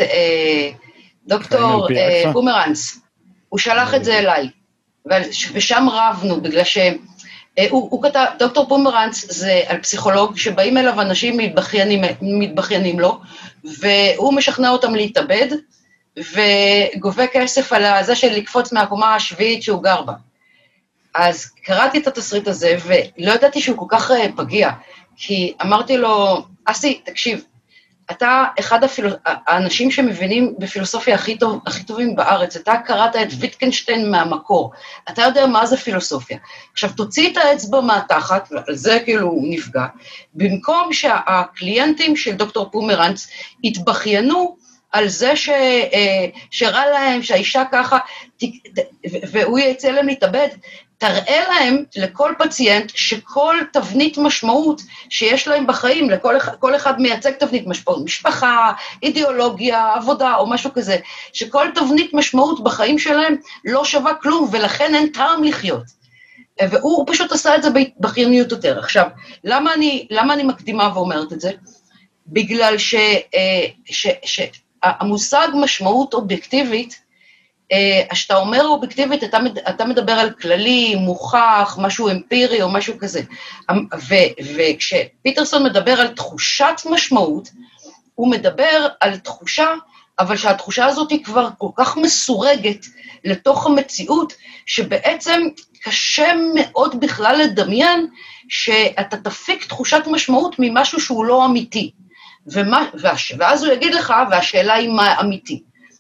דוקטור פומרנץ, הוא שלח את זה אליי, ושם רבנו, בגלל שהוא כתב, דוקטור פומרנץ זה על פסיכולוג, שבאים אליו אנשים מתבחיינים לו, והוא משכנע אותם להתאבד, וגובה כסף על זה של לקפוץ מהקומה השביעית שהוא גר בה. אז קראתי את התסריט הזה, ולא ידעתי שהוא כל כך פגיע, כי אמרתי לו, אסי, תקשיב, אתה אחד האנשים שמבינים בפילוסופיה הכי טובים בארץ, אתה קראת את ויטקנשטיין מהמקור, אתה יודע מה זה פילוסופיה. עכשיו תוציא את האצבע מהתחת, על זה כאילו הוא נפגע, במקום שהקליינטים של דוקטור פומרנץ התבחיינו על זה שרע להם, שהאישה ככה, והוא יצא להם להתאבד, תראה להם לכל פציינט שכל תבנית משמעות שיש להם בחיים, כל אחד מייצג תבנית משמעות, משפחה, אידיאולוגיה, עבודה או משהו כזה, שכל תבנית משמעות בחיים שלהם לא שווה כלום, ולכן אין טעם לחיות. והוא פשוט עשה את זה בחיוניות יותר. עכשיו, למה אני מקדימה ואומרת את זה? בגלל שהמושג משמעות אובייקטיבית, שאתה אומר אובייקטיבית, אתה מדבר על כללי, מוכח, משהו אמפירי או משהו כזה. וכשפיטרסון מדבר על תחושת משמעות, הוא מדבר על תחושה, אבל שהתחושה הזאת היא כבר כל כך מסורגת לתוך המציאות, שבעצם קשה מאוד בכלל לדמיין שאתה תפיק תחושת משמעות ממשהו שהוא לא אמיתי. ואז הוא יגיד לך, והשאלה היא מה אמיתי.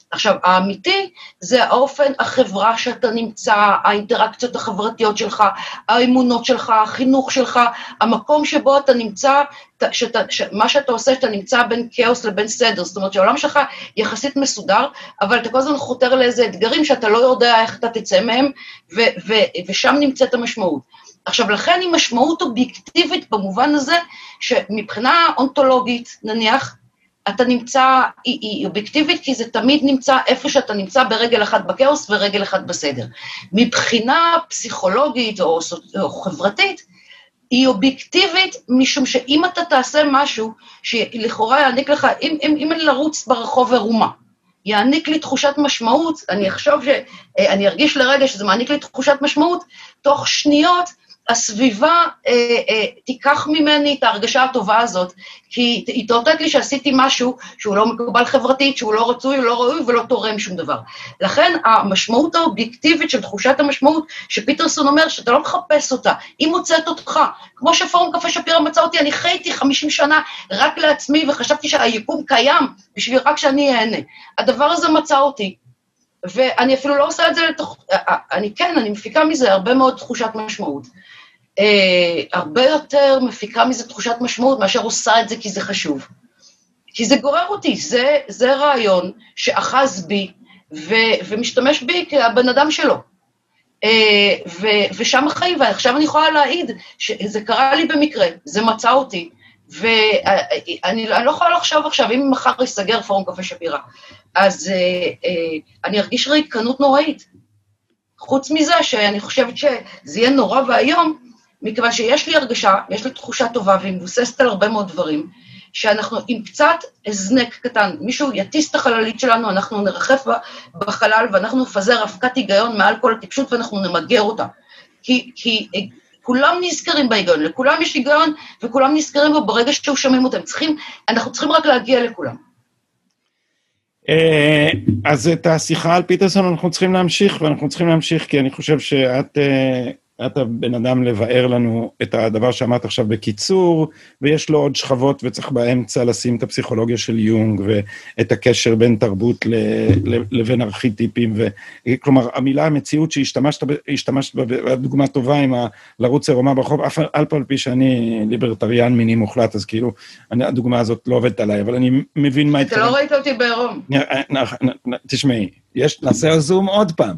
עכשיו, האמיתי זה האופן, החברה שאתה נמצא, האינטראקציות החברתיות שלך, האמונות שלך, החינוך שלך, המקום שבו אתה נמצא, מה שאתה עושה, שאתה נמצא בין כאוס לבין סדר, זאת אומרת שהעולם שלך יחסית מסודר, אבל אתה כל הזמן חותר לאיזה אתגרים שאתה לא יודע איך אתה תצא מהם, ושם נמצאת המשמעות. עכשיו, לכן היא משמעות אובייקטיבית במובן הזה, שמבחינה אונתולוגית, נניח, אתה נמצא, היא אובייקטיבית, כי זה תמיד נמצא איפה שאתה נמצא ברגל אחד בכאוס ורגל אחד בסדר. מבחינה פסיכולוגית או חברתית, היא אובייקטיבית, משום שאם אתה תעשה משהו, שלכאורה יעניק לך, אם אני לרוץ ברחוב ערומה, יעניק לי תחושת משמעות, אני אחשוב אני ארגיש לרגע שזה מעניק לי תחושת משמעות, תוך שניות, הסביבה תיקח ממני את ההרגשה הטובה הזאת, כי היא תאותת לי שעשיתי משהו שהוא לא מקובל חברתית, שהוא לא רצוי, לא ראוי ולא תורם שום דבר. לכן המשמעות האובייקטיבית של תחושת המשמעות, שפיטרסון אומר שאתה לא מחפש אותה, היא מוצאת אותך. כמו שפורום קפה שפירא מצא אותי, אני חייתי 50 שנה רק לעצמי, וחשבתי שהיקום קיים בשביל רק שאני אהנה. הדבר הזה מצא אותי. ואני אפילו לא עושה את זה אני מפיקה מזה הרבה מאוד תחושת משמעות. הרבה יותר מפיקה מזה תחושת משמעות, מאשר עושה את זה כי זה חשוב. כי זה גורר אותי, זה רעיון שאחז בי, ומשתמש בי כבן אדם שלו. ושם החיים, ועכשיו אני יכולה להעיד שזה קרה לי במקרה, זה מצא אותי, ואני לא יכולה לחשוב עכשיו, אם מחר ייסגר פורום קפה שפירא, אז אני ארגיש ריקנות נוראית. חוץ מזה שאני חושבת שזה יהיה נורא והיום, מכיוון שיש לי הרגשה, יש לי תחושה טובה, והיא מבוססת על הרבה מאוד דברים, שאנחנו עם קצת הזנק קטן, מישהו יטיס את החללית שלנו, אנחנו נרחף בחלל, ואנחנו נפזר אבקת היגיון מעל כל הטיפשות, ואנחנו נמגר אותה. כי כולם נזכרים בהיגיון, לכולם יש היגיון, וכולם נזכרים בו ברגע שהוא שומעים אותם. אנחנו צריכים רק להגיע לכולם. אז את השיחה על פיטרסון אנחנו צריכים להמשיך, ואנחנו צריכים להמשיך, כי אני חושב שאת הבן אדם לבאר לנו את הדבר שאמרת עכשיו בקיצור, ויש לו עוד שכבות, וצריך באמצע לשים את הפסיכולוגיה של יונג, ואת הקשר בין תרבות לבין ארכיטיפים, כלומר, המילה המציאות שהשתמשת בדוגמה טובה עם לרוץ ערומה ברחוב, אף על פי שאני ליברטריאן מיני מוחלט, אז כאילו, הדוגמה הזאת לא עובדת עליי, אבל אני מבין מה אתה לא ראית אותי בעירום. תשמעי, נעשה זום עוד פעם.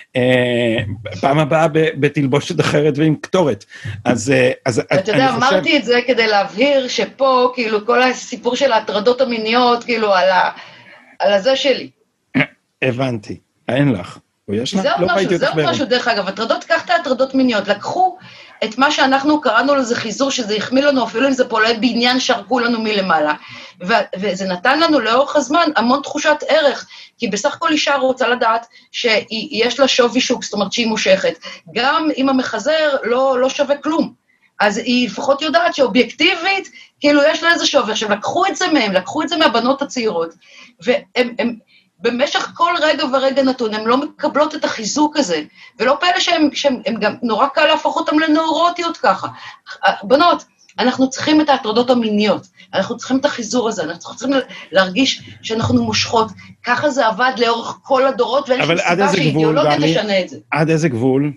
פעם הבאה בתלבושת אחרת ועם כתורת. אז אתה יודע, אמרתי את זה כדי להבהיר שפה, כאילו, כל הסיפור של ההטרדות המיניות, כאילו, על הזה שלי. הבנתי, אין לך. זהו משהו, דרך אגב, הטרדות, קח את ההטרדות מיניות, לקחו את מה שאנחנו קראנו לזה חיזור, שזה החמיא לנו, אפילו אם זה פועלי בעניין, שרקו לנו מלמעלה, וזה נתן לנו לאורך הזמן המון תחושת ערך, כי בסך הכל אישה רוצה לדעת שיש לה שווי שוק, זאת אומרת שהיא מושכת, גם אם המחזר לא שווה כלום, אז היא לפחות יודעת שאובייקטיבית, כאילו יש לה איזה שווי, עכשיו לקחו את זה מהם, לקחו את זה מהבנות הצעירות, והם במשך כל רגע ורגע נתון, הן לא מקבלות את החיזוק הזה, ולא פלא שהם גם נורא קל להפוך אותם לנאורטיות ככה. בנות, אנחנו צריכים את ההטרדות המיניות, אנחנו צריכים את החיזור הזה, אנחנו צריכים להרגיש שאנחנו מושכות, ככה זה עבד לאורך כל הדורות, ואין שום סיבה שאידיאולוגיה תשנה את זה. עד איזה גבול?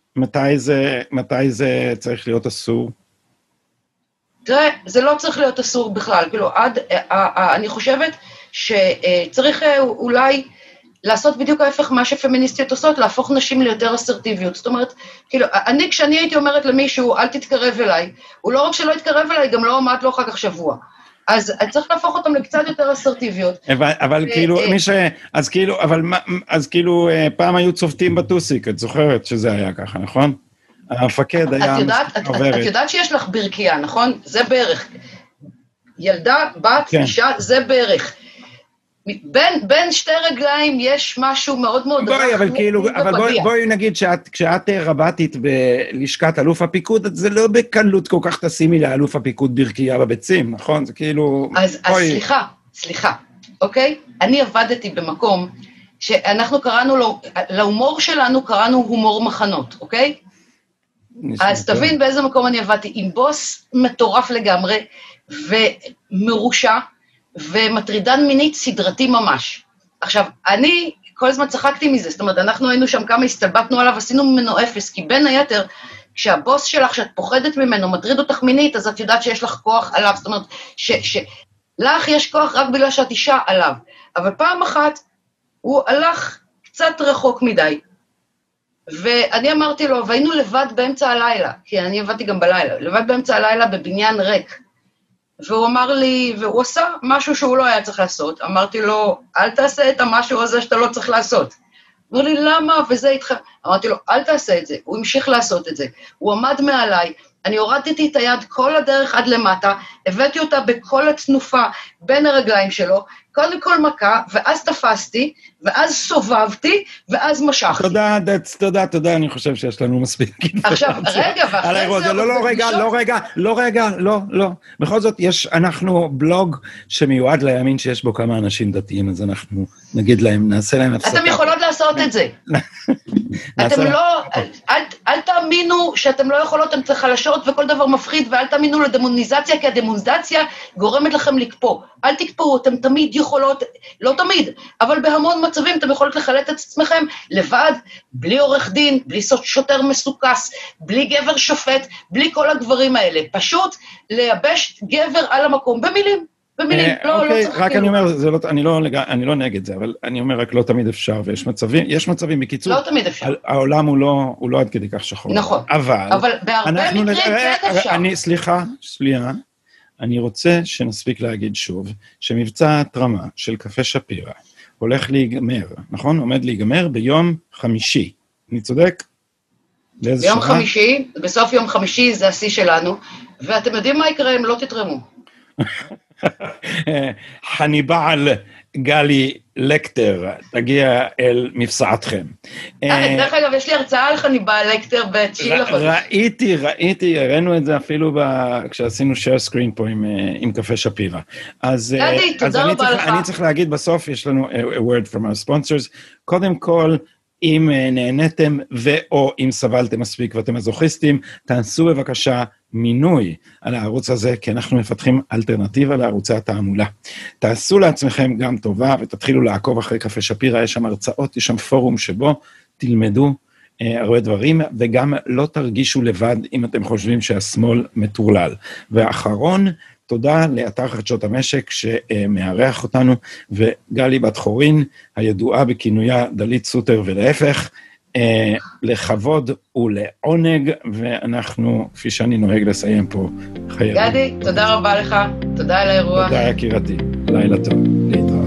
מתי זה צריך להיות אסור? תראה, זה לא צריך להיות אסור בכלל, כאילו, אני חושבת שצריך אולי לעשות בדיוק ההפך מה שפמיניסטיות עושות, להפוך נשים ליותר אסרטיביות. זאת אומרת, כאילו, כשאני הייתי אומרת למישהו, אל תתקרב אליי, הוא לא רק שלא יתקרב אליי, גם לא עמד לו אחר כך שבוע. אז צריך להפוך אותם לקצת יותר אסרטיביות. אבל כאילו, אז כאילו, פעם היו צובטים בטוסיק, את זוכרת שזה היה ככה, נכון? המפקד היה... את יודעת שיש לך ברכייה, נכון? זה בערך. ילדה, בת, אישה, זה בערך. בין שתי רגליים יש משהו מאוד מאוד רך. אבל בואי נגיד כשאת רבתית בלשכת אלוף הפיקוד, זה לא בקלות כל כך תשימי לאלוף הפיקוד ברכייה בביצים, נכון? זה כאילו... אז סליחה, אוקיי? אני עבדתי במקום שאנחנו קראנו לו, להומור שלנו קראנו הומור מחנות, אוקיי? אז תבין באיזה מקום אני עבדתי, עם בוס מטורף לגמרי, ומרושע, ומטרידן מינית סדרתי ממש. עכשיו, אני כל הזמן צחקתי מזה, זאת אומרת, אנחנו היינו שם כמה, הסתלבטנו עליו, עשינו ממנו אפס, כי בין היתר, כשהבוס שלך, שאת פוחדת ממנו, מטריד אותך מינית, אז את יודעת שיש לך כוח עליו, זאת אומרת, לך יש כוח רק בגלל שאת אישה עליו, אבל פעם אחת, הוא הלך קצת רחוק מדי, ואני אמרתי לו, והיינו לבד באמצע הלילה, כי אני עבדתי גם בלילה, לבד באמצע הלילה בבניין ריק, והוא אמר לי, והוא עשה משהו שהוא לא היה צריך לעשות, אמרתי לו, אל תעשה את המשהו הזה שאתה לא צריך לעשות. הוא אמר לי, למה? וזה איתך. אמרתי לו, אל תעשה את זה. הוא המשיך לעשות את זה. הוא עמד מעליי, אני הורדתי את היד כל הדרך עד למטה, הבאתי אותה בכל התנופה בין הרגליים שלו, קודם כל מכה, ואז תפסתי, ואז סובבתי, ואז משכתי. תודה, אני חושב שיש לנו מספיק. עכשיו, רגע, ואחרי זה... לא רגע. בכל זאת, אנחנו בלוג שמיועד לימין שיש בו כמה אנשים דתיים, אז אנחנו נגיד להם, נעשה להם הפסקה. אתם יכולות לעשות את זה. אתם לא... אל תאמינו שאתם לא יכולות, אתם חלשות וכל דבר מפחיד, ואל תאמינו לדמוניזציה, כי הדמוניזציה גורמת לכם לקפוא. אל תקפאו, אתם תמיד יכולות, לא תמיד, אבל בהמון מצבים אתם יכולות לחלט את עצמכם לבד, בלי עורך דין, בלי שוטר מסוכס, בלי גבר שופט, בלי כל הדברים האלה. פשוט לייבש גבר על המקום, במילים. לא צריך. רק אני אומר, אני לא נגד זה, אבל אני אומר רק לא תמיד אפשר, ויש מצבים בקיצור. לא תמיד אפשר. העולם הוא לא עד כדי כך שחור. נכון. אבל בהרבה מקרים כן אפשר. סליחה, אני רוצה שנספיק להגיד שוב, שמבצע התרמה של קפה שפירא הולך להיגמר, נכון? עומד להיגמר ביום חמישי. אני צודק? ביום חמישי, בסוף יום חמישי זה השיא שלנו, ואתם יודעים מה יקרה אם לא תתרמו. חניבעל גלי לקטר, תגיע אל מפסעתכם. דרך אגב, יש לי הרצאה על חניבעל לקטר ב9 לחודש. ראיתי, הראינו את זה אפילו כשעשינו share screen פה עם קפה שפירא. גדי, תודה רבה לך. אני צריך להגיד בסוף, יש לנו a word from our sponsors, קודם כל, אם נהניתם או אם סבלתם מספיק ואתם מזוכיסטים, תעשו בבקשה מינוי על הערוץ הזה, כי אנחנו מפתחים אלטרנטיבה לערוצי התעמולה. תעשו לעצמכם גם טובה ותתחילו לעקוב אחרי קפה שפירא, יש שם הרצאות, יש שם פורום שבו תלמדו הרבה דברים, וגם לא תרגישו לבד אם אתם חושבים שהשמאל מטורלל. ואחרון, תודה לאתר חדשות המשק שמארח אותנו, וגלי בת חורין, הידועה בכינויה דלית סוטר ולהפך, לכבוד ולעונג, ואנחנו, כפי שאני נוהג לסיים פה, חייבים. גדי, תודה רבה לך, תודה על האירוע. תודה יקירתי, לילה טוב, להתראות.